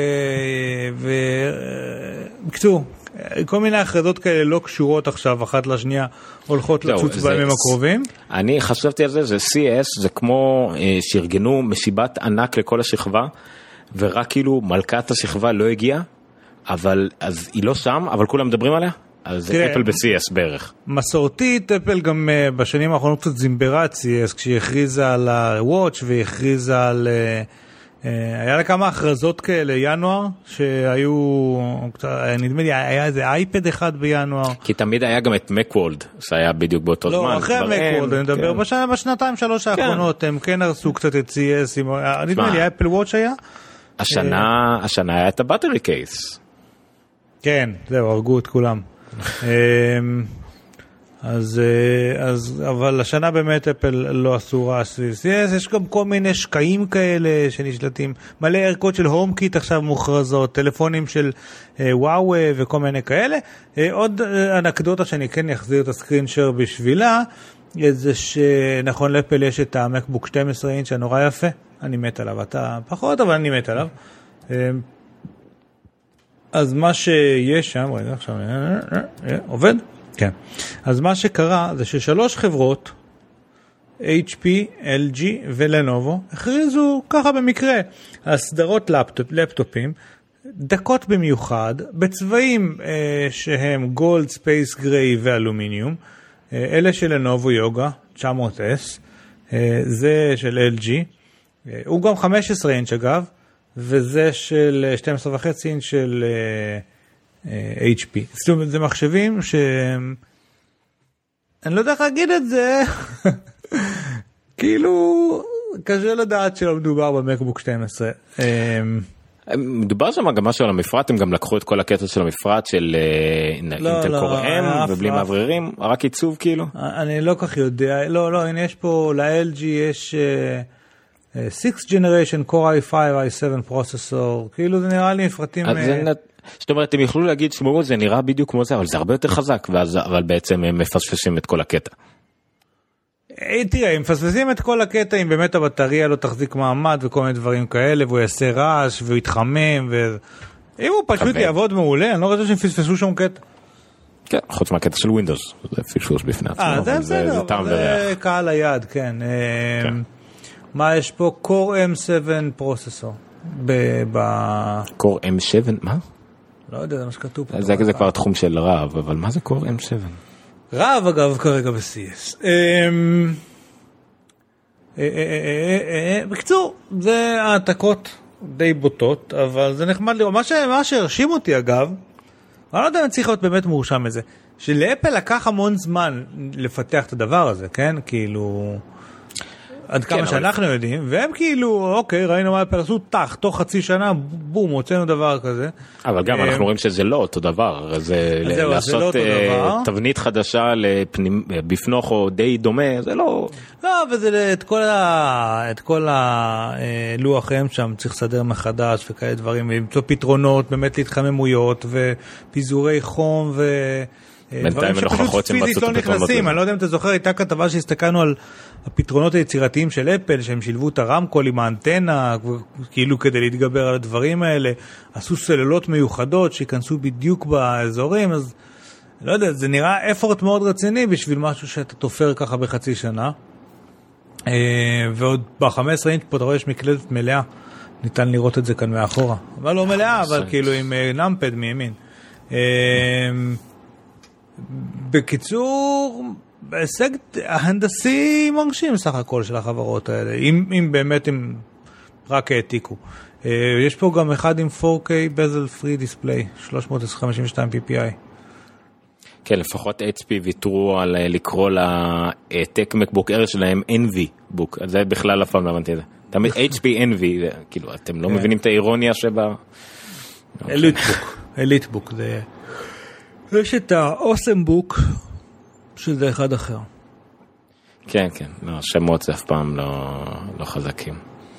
בקצור, כל מיני הכרזות כאלה לא קשורות עכשיו אחת לשנייה, הולכות לצוץ בימים הקרובים. אני חשבתי על זה, זה CES, זה כמו שארגנו מסיבת ענק לכל השכבה, ורק כאילו מלכת השכבה לא הגיעה, אבל אז היא לא שם, אבל כולם מדברים עליה, אז זה אפל ב-CES בערך. מסורתית, אפל גם בשנים האחרונות קצת זימברה את CES, כשהיא הכריזה על ה-Watch והכריזה על... היה לה כמה הכרזות כאלה, ינואר, שהיו, נדמה לי, היה איזה אייפד אחד בינואר. כי תמיד היה גם את מקוולד, שהיה בדיוק באותו זמן. לא, אחרי מקוולד, אני מדבר בשנתיים, שלוש האחרונות, הם כן הרסו קצת את CES, נדמה לי, אפל וואץ' היה. השנה היה את הבטרי קייס. כן, זהו, הרגו את כולם. אבל השנה באמת אפל לא עשו רעש. יש גם כל מיני שקעים כאלה שנשלטים, מלא ערכות של הום קיט עכשיו מוכרזות, טלפונים של וואוי וכל מיני כאלה. עוד אנקדוטה שאני כן אחזיר את הסקרין שר בשבילה, זה שנכון לאפל יש את המקבוק 12 אינץ' הנורא יפה, אני מת עליו, אתה פחות אבל אני מת עליו. אז מה שיש שם, רגע עכשיו, עובד? כן. אז מה שקרה זה ששלוש חברות, HP, LG ולנובו, הכריזו ככה במקרה, הסדרות לפטופים, דקות במיוחד, בצבעים שהם גולד, ספייס, גריי ואלומיניום, אלה של לנובו יוגה, 900S, זה של LG, הוא גם 15 אינץ' אגב, וזה של 12.5 אינץ' של HP. זאת אומרת, זה מחשבים שהם... אני לא יודע איך להגיד את זה. כאילו, קשה לדעת שלא מדובר במקבוק 12. מדובר שם גם משהו על המפרט, הם גם לקחו את כל הקטע של המפרט של אינטל קור M ובלי מאווררים, רק עיצוב כאילו? אני לא כך יודע. לא, הנה יש פה, ל-LG יש 6th generation Core i5, i7 פרוססור, כאילו זה נראה לי מפרטים... זאת אומרת, הם יכלו להגיד, שמורו, זה נראה בדיוק כמו זה, אבל זה הרבה יותר חזק, אבל בעצם הם מפספסים את כל הקטע. תראה, הם מפספסים את כל הקטע, אם באמת הבטריה לא תחזיק מעמד וכל מיני דברים כאלה, והוא יעשה רעש והוא יתחמם, אם הוא פשוט יעבוד מעולה, אני לא חושב שהם פספסו שום קטע. כן, חוץ מהקטע של ווינדוס, זה פספוס בפני עצמו. זה בסדר, זה קהל היד, כן. מה יש פה? Core M7 פרוססור. Core M7, מה? לא יודע, זה מה שכתוב פה. זה כבר התחום של רב, אבל מה זה Core M7? רב אגב כרגע ב-CS. בקיצור, זה העתקות די בוטות, אבל זה נחמד לראות. מה שהרשים אותי אגב, אני לא יודע אם צריך להיות באמת מורשם מזה, שלאפל לקח המון זמן לפתח את הדבר הזה, כן? כאילו... עד כמה שאנחנו יודעים, והם כאילו, אוקיי, ראינו מה פרסו, תוך חצי שנה, בום, הוצאנו דבר כזה. אבל גם אנחנו רואים שזה לא אותו דבר, זה לעשות תבנית חדשה בפנוך או די דומה, זה לא... לא, וזה את כל הלוח הם שם צריך לסדר מחדש וכאלה דברים, למצוא פתרונות, באמת להתחממויות ופיזורי חום בינתיים מנוכחות פיזית לא נכנסים. אני לא יודע אם אתה זוכר, הייתה כתבה שהסתכלנו על הפתרונות היצירתיים של אפל, שהם שילבו את הרמקול עם האנטנה, כאילו כדי להתגבר על הדברים האלה, עשו סוללות מיוחדות שיכנסו בדיוק באזורים, אז לא יודע, זה נראה אפורט מאוד רציני בשביל משהו שאתה תופר ככה בחצי שנה. ועוד ב-15 אינץ' פה אתה רואה יש מקלדת מלאה, ניתן לראות את זה כאן מאחורה, אבל לא מלאה, אבל כאילו עם נאמפד מימין. בקיצור, ההישג ההנדסי מרשים סך הכל של החברות האלה, אם באמת הם רק העתיקו. יש פה גם אחד עם 4K bezel free display, 352 ppi. כן, לפחות HP ויתרו על לקרוא לטק מקבוק אר שלהם NV בוק, אז זה בכלל אף פעם לא הבנתי את זה. תמיד HP NV, כאילו, אתם לא מבינים את האירוניה שבה... אליט בוק, יש את האוסם בוק, שזה אחד אחר. כן, כן, השמות זה אף פעם לא חזקים.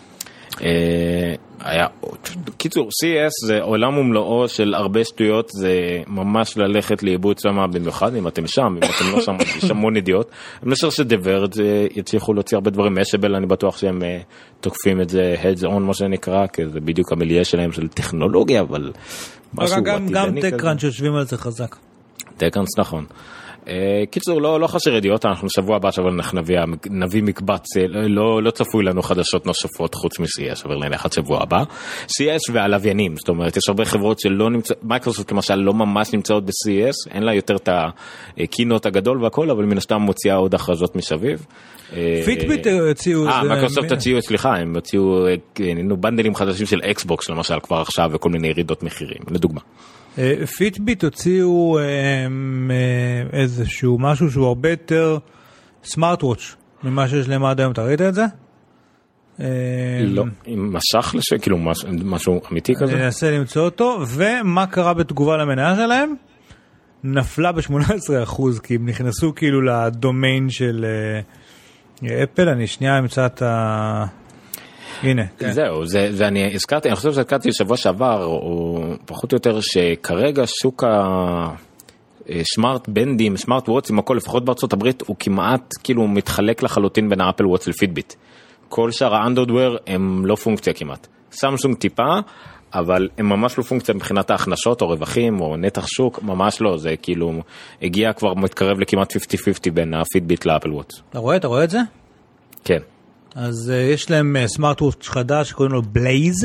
קיצור, CES זה עולם ומלואו של הרבה שטויות, זה ממש ללכת לאיבוד שמה במיוחד, אם אתם שם, אם אתם לא שם, יש המון ידיעות. אני חושב שדברד יצליחו להוציא הרבה דברים, משבל אני בטוח שהם תוקפים את זה heads on מה שנקרא, כי זה בדיוק המיליה שלהם של טכנולוגיה, אבל משהו עתידני כזה. גם טקראנץ' יושבים על זה חזק. טקראנץ' נכון. קיצור, לא חסר ידיעות, אנחנו שבוע הבא נביא מקבץ, לא צפוי לנו חדשות נוספות חוץ מ-CES, אבל נלך עד שבוע הבא. CES והלוויינים, זאת אומרת, יש הרבה חברות שלא נמצאות, מייקרוסופט למשל לא ממש נמצאות ב-CES, אין לה יותר את הקינות הגדול והכל, אבל מן הסתם מוציאה עוד הכרזות מסביב. פיטביט הציעו... מייקרוסופט הציעו, סליחה, הם הציעו בנדלים חדשים של אקסבוקס למשל כבר עכשיו, וכל מיני ירידות מחירים, לדוגמה. פיטביט הוציאו איזשהו משהו שהוא הרבה יותר סמארט וואץ' ממה שיש להם עד היום, אתה ראית את זה? לא, עם משך כאילו משהו אמיתי כזה? אני אנסה למצוא אותו, ומה קרה בתגובה למניה שלהם? נפלה ב-18%, כי הם נכנסו כאילו לדומיין של אפל, אני שנייה אמצא את ה... הנה. זהו, זה אני הזכרתי, אני חושב שהזכרתי שבוע שעבר, או פחות או יותר שכרגע שוק הסמארט בנדים, סמארט וואטסים, הכל לפחות בארצות הברית, הוא כמעט כאילו מתחלק לחלוטין בין האפל וואטס לפיטביט. כל שאר האנדרודוור הם לא פונקציה כמעט. סמסונג טיפה, אבל הם ממש לא פונקציה מבחינת ההכנסות או רווחים או נתח שוק, ממש לא, זה כאילו הגיע כבר מתקרב לכמעט 50-50 בין הפיטביט לאפל וואטס. אתה רואה את זה? כן. אז יש להם סמארט וואץ' חדש שקוראים לו בלייז,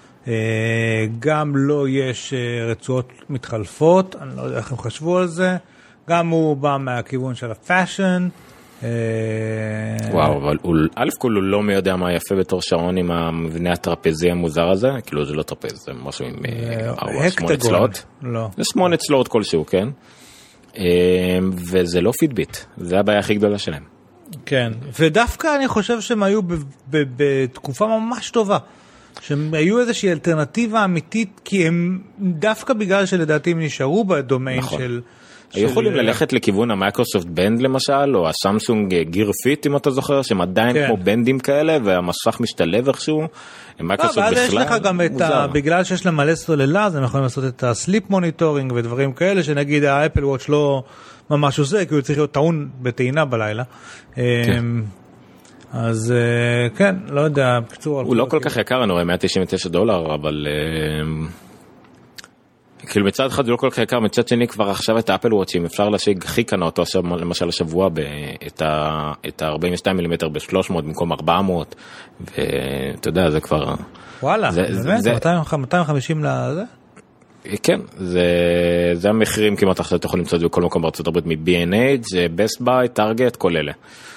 גם לו יש רצועות מתחלפות, אני לא יודע איך הם חשבו על זה, גם הוא בא מהכיוון של הפאשן. וואו, אבל א' כל הוא לא מי יודע מה יפה בתור שעון עם המבנה הטרפזי המוזר הזה, כאילו זה לא טרפז, זה משהו עם 8 צלעות. זה 8 צלעות כלשהו, כן? וזה לא פיטביט, זה הבעיה הכי גדולה שלהם. כן, ודווקא אני חושב שהם היו בתקופה ממש טובה, שהם היו איזושהי אלטרנטיבה אמיתית, כי הם דווקא בגלל שלדעתי הם נשארו בדומיין של... היו יכולים ללכת לכיוון המייקרוסופט בנד למשל, או הסמסונג גיר פיט אם אתה זוכר, שהם עדיין כמו בנדים כאלה, והמסך משתלב איכשהו, מייקרוסופט בכלל מוזר. ואז יש לך גם בגלל שיש להם מלא סוללה, אז הם יכולים לעשות את הסליפ מוניטורינג ודברים כאלה, שנגיד האפל וואץ' לא ממש עושה, כי הוא צריך להיות טעון בטעינה בלילה. אז כן, לא יודע, בקצור. הוא לא כל כך יקר, אני רואה $199, אבל... כאילו מצד אחד זה לא כל כך יקר, מצד שני כבר עכשיו את האפל וואץ' אם אפשר להשיג הכי קנה אותו עכשיו, למשל השבוע את ה-42 מילימטר ב-300 במקום 400, ואתה יודע זה כבר... וואלה, באמת? 250 לזה? כן, זה המחירים כמעט עכשיו, אתה יכול למצוא את זה בכל מקום בארצות הברית, מ-B&H, Best Buy, Target, כל אלה.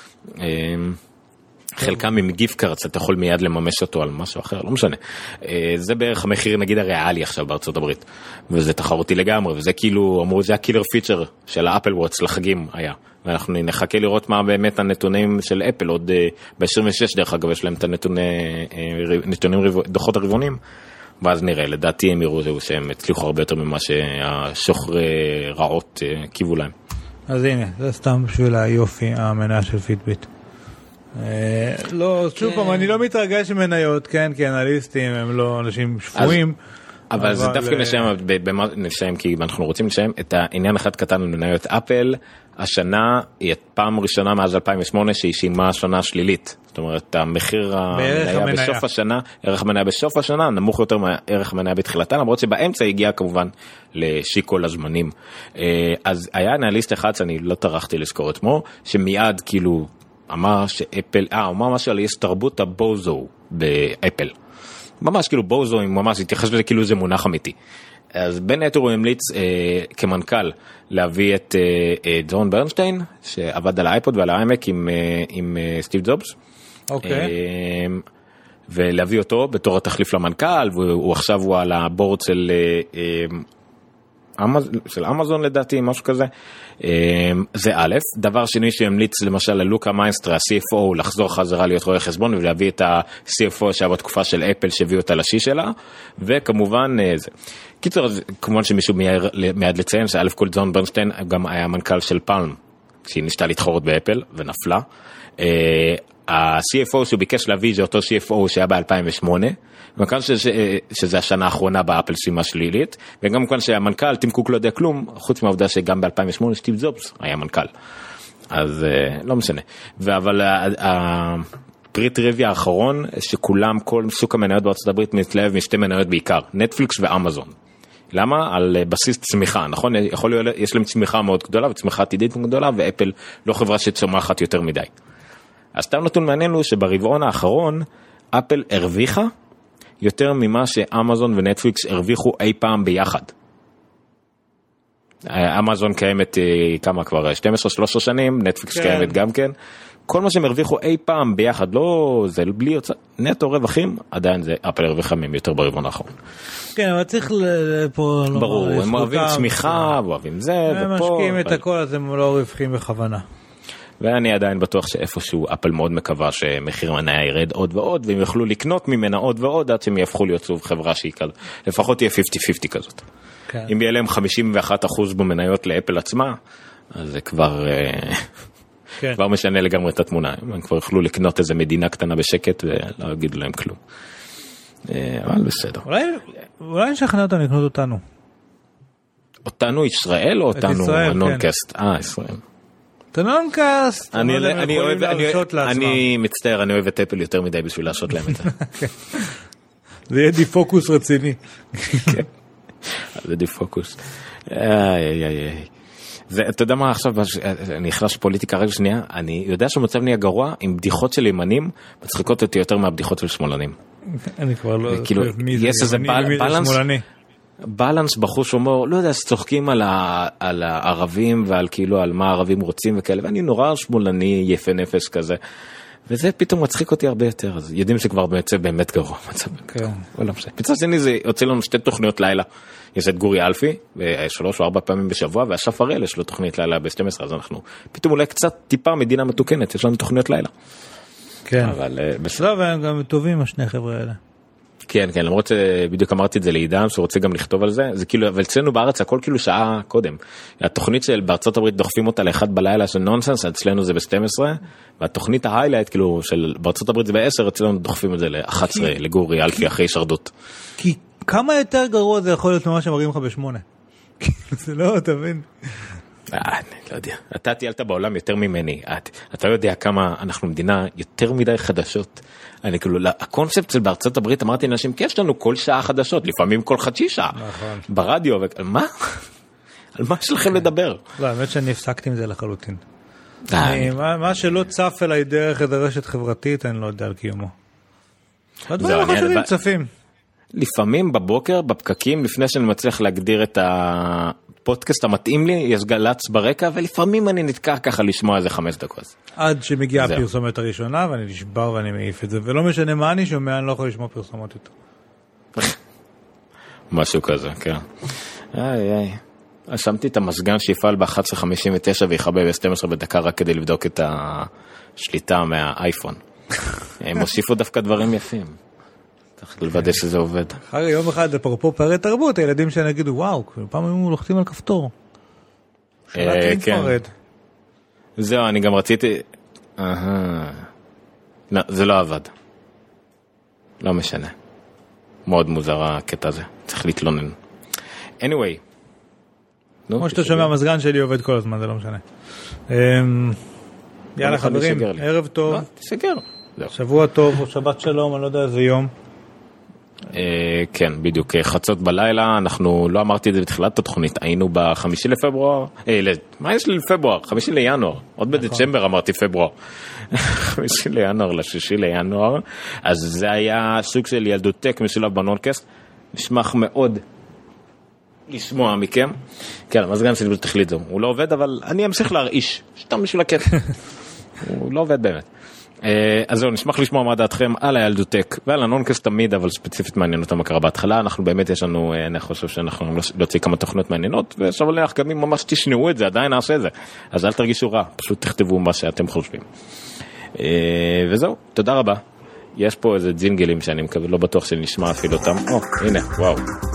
חלקם עם גיפט קארדס, אתה יכול מיד לממש אותו על משהו אחר, לא משנה. זה בערך המחיר נגיד הריאלי עכשיו בארצות הברית, וזה תחרותי לגמרי, וזה כאילו, אמרו, זה הקילר פיצ'ר של האפל וואטס לחגים היה, ואנחנו נחכה לראות מה באמת הנתונים של אפל, עוד ב-26 דרך אגב, יש להם את הנתונים דוחות הרבעונים, ואז נראה, לדעתי הם יראו שהם הצליחו הרבה יותר ממה שהשוחרי רעות קיוו להם. אז הנה, זה סתם בשביל היופי, המניה של פיטביט. לא, שוב פעם, אני לא מתרגש ממניות, כן, כי אנליסטים הם לא אנשים שפויים. אבל זה דווקא נשאם, כי אנחנו רוצים לשאם את העניין אחד קטן למניות אפל, השנה היא פעם ראשונה מאז 2008 שהיא שילמה שנה שלילית. זאת אומרת, המחיר המניה בסוף השנה, ערך המניה בסוף השנה, נמוך יותר מערך המניה בתחילתה, למרות שבאמצע הגיע כמובן לשיקול הזמנים. אז היה אנליסט אחד שאני לא טרחתי לזכור את שמו, שמיד כאילו אמר שאפל, הוא אמר משהו על יש תרבות הבוזו באפל. ממש כאילו בוזו, ממש התייחס לזה כאילו זה מונח אמיתי. אז בין היתר הוא המליץ כמנכ"ל להביא את ג'ון ברנשטיין, שעבד על האייפוד ועל האיימק עם סטיב ג'ובס. אוקיי. ולהביא אותו בתור התחליף למנכ"ל, והוא עכשיו הוא על הבורד של אמזון לדעתי, משהו כזה. זה א', דבר שני שהמליץ למשל ללוקה מיינסטר, ה-CFO, לחזור חזרה להיות רואה חשבון ולהביא את ה-CFO שהיה בתקופה של אפל שהביא אותה לשיש שלה, וכמובן זה. קיצור, כמובן שמישהו מיד לציין שא' כל ג'ון ברנשטיין גם היה מנכ"ל של פלם, שהיא נשתה להתחרות באפל ונפלה. ה-CFO שהוא ביקש להביא זה אותו CFO שהיה ב-2008, וכאן שזה השנה האחרונה באפל שימה שלילית, וגם כאן שהמנכ"ל טים קוק לא יודע כלום, חוץ מהעובדה שגם ב-2008 סטיב ג'ובס היה מנכ"ל. אז לא משנה. אבל הפרי טריוויה האחרון, שכולם, כל שוק המניות בארצות הברית מתלהב משתי מניות בעיקר, נטפליקס ואמזון. למה? על בסיס צמיחה, נכון? יכול להיות, יש להם צמיחה מאוד גדולה, וצמיחה עתידית מאוד גדולה, ואפל לא חברה שצומחת יותר מדי. אז סתם נתון מעניין הוא שברבעון האחרון, אפל הרוויחה יותר ממה שאמזון ונטפליקס הרוויחו אי פעם ביחד. אמזון קיימת כמה כבר, 12-13 שנים, נטפליקס קיימת גם כן. כל מה שהם הרוויחו אי פעם ביחד, לא, זה בלי יוצא, נטו רווחים, עדיין זה אפל הרוויחה מהם יותר ברבעון האחרון. כן, אבל צריך פה... ברור, הם אוהבים צמיחה, אוהבים זה, הם משקיעים את הכל, אז הם לא רווחים בכוונה. ואני עדיין בטוח שאיפשהו אפל מאוד מקווה שמחיר מניה ירד עוד ועוד, והם יוכלו לקנות ממנה עוד ועוד, עד שהם יהפכו להיות סוב חברה שהיא כזאת. לפחות תהיה 50-50 כזאת. כן. אם יהיה להם 51% במניות לאפל עצמה, אז זה כבר, כן. כבר משנה לגמרי את התמונה. הם כבר יוכלו לקנות איזה מדינה קטנה בשקט, ולא יגידו להם כלום. אבל בסדר. אולי נשכנע אותנו לקנות אותנו. אותנו ישראל או אותנו הנונקאסט? ישראל. תנונקאסט, אני מצטער, אני אוהב את אפל יותר מדי בשביל להרשות להם את זה. זה יהיה דיפוקוס רציני. כן, זה דיפוקוס. אתה יודע מה עכשיו, אני נכנס לפוליטיקה רגע שנייה, אני יודע שהמצב נהיה גרוע, עם בדיחות של ימנים, מצחיקות אותי יותר מהבדיחות של שמאלנים. אני כבר לא... יש איזה בלנס בחוש אומר, לא יודע, צוחקים על הערבים ועל כאילו על מה הערבים רוצים וכאלה, ואני נורא שמאלני יפה נפש כזה, וזה פתאום מצחיק אותי הרבה יותר, אז יודעים שכבר באמת גרוע מצב. מצד שני זה יוצא לנו שתי תוכניות לילה, יש את גורי אלפי, 3 או 4 פעמים בשבוע, והשף הראל יש לו תוכנית לילה ב-12, אז אנחנו פתאום אולי קצת טיפה מדינה מתוקנת, יש לנו תוכניות לילה. כן, בסדר, והם גם טובים השני חבר'ה האלה. כן, כן, למרות שבדיוק אמרתי את זה לעידן, שהוא רוצה גם לכתוב על זה, זה כאילו, אבל אצלנו בארץ הכל כאילו שעה קודם. התוכנית של בארצות הברית דוחפים אותה ל1 בלילה של נונסנס, אצלנו זה ב-12, והתוכנית ההיילייט כאילו של בארצות הברית זה ב-10, אצלנו דוחפים את זה ל-11, לגורי אלפי אחרי שרדות. כי כמה יותר גרוע זה יכול להיות ממה שמראים לך ב8? זה לא, תבין. אני לא יודע, אתה טיילת בעולם יותר ממני, אתה יודע כמה אנחנו מדינה יותר מדי חדשות, אני כאילו, הקונספט של בארצות הברית אמרתי לאנשים, כי יש לנו כל שעה חדשות, לפעמים כל חצי שעה, ברדיו, מה? על מה יש לכם לדבר? לא, האמת שאני הפסקתי עם זה לחלוטין. מה שלא צף אליי דרך את הרשת חברתית, אני לא יודע על קיומו. הדברים חשובים צפים. לפעמים בבוקר, בפקקים, לפני שאני מצליח להגדיר את הפודקאסט המתאים לי, יש גלץ ברקע, ולפעמים אני נתקע ככה לשמוע איזה 5 דקות. עד שמגיעה הפרסומת הראשונה, ואני נשבר ואני מעיף את זה, ולא משנה מה אני שומע, אני לא יכול לשמוע פרסומות יותר. משהו כזה, כן. שמתי את המסגן שיפעל ב-11:59 ויחבה ב-12 בדקה רק כדי לבדוק את השליטה מהאייפון. הם הוסיפו דווקא דברים יפים. צריך לוודא שזה עובד. אחרי יום אחד, אפרופו פערי תרבות, הילדים שאני אגידו, וואו, פעם הם לוחצים על כפתור. כן. זהו, אני גם רציתי... לא, זה לא עבד. לא משנה. מאוד מוזר הקטע הזה. צריך להתלונן. anyway. כמו שאתה שומע, המזגן שלי עובד כל הזמן, זה לא משנה. יאללה חברים, ערב טוב. תסגר. שבוע טוב או שבת שלום, אני לא יודע איזה יום. כן, בדיוק, חצות בלילה, אנחנו, לא אמרתי את זה בתחילת התוכנית, היינו ב5 לפברואר, מה יש לי לפברואר? 5 לינואר, עוד בדצמבר אמרתי פברואר, 5 לינואר ל6 לינואר, אז זה היה סוג של ילדותק משולב בנונקאסט, נשמח מאוד לשמוע מכם, כן, המזגן שלי תחליט זו, הוא לא עובד, אבל אני אמשיך להרעיש, שתם בשביל הקטע, הוא לא עובד באמת. אז זהו, נשמח לשמוע מה דעתכם על הילדותק ועל הנונקאסט תמיד, אבל ספציפית מעניין אותה מה קרה בהתחלה. אנחנו באמת יש לנו, אני חושב שאנחנו נוציא כמה תוכניות מעניינות, ושווה לך גם אם ממש תשנעו את זה, עדיין נעשה את זה. אז אל תרגישו רע, פשוט תכתבו מה שאתם חושבים. וזהו, תודה רבה. יש פה איזה ג'ינגלים שאני מקווה, לא בטוח שנשמע אפילו אותם. הנה, וואו.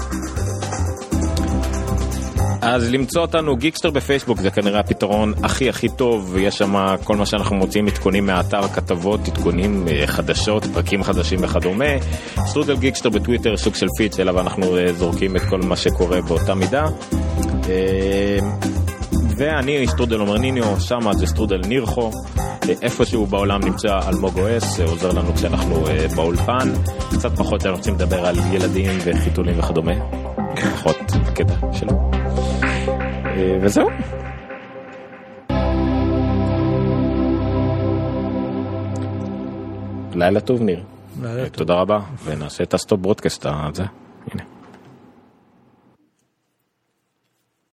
אז למצוא אותנו גיקסטר בפייסבוק זה כנראה הפתרון הכי טוב, ויש שם כל מה שאנחנו מוצאים, עדכונים מהאתר, כתבות, עדכונים, חדשות, פרקים חדשים וכדומה. סטרודל גיקסטר בטוויטר, סוג של פיץ, אליו אנחנו זורקים את כל מה שקורה באותה מידה. ואני סטרודל עומר ניניו, שם זה סטרודל נירחו, איפשהו בעולם נמצא אלמוג אוס, עוזר לנו כשאנחנו באולפן, קצת פחות אנחנו רוצים לדבר על ילדים וחיתולים וכדומה, פחות קטע שלו. וזהו. לילה טוב ניר. תודה רבה, ונעשה את הסטופ ברודקאסט הזה. הנה.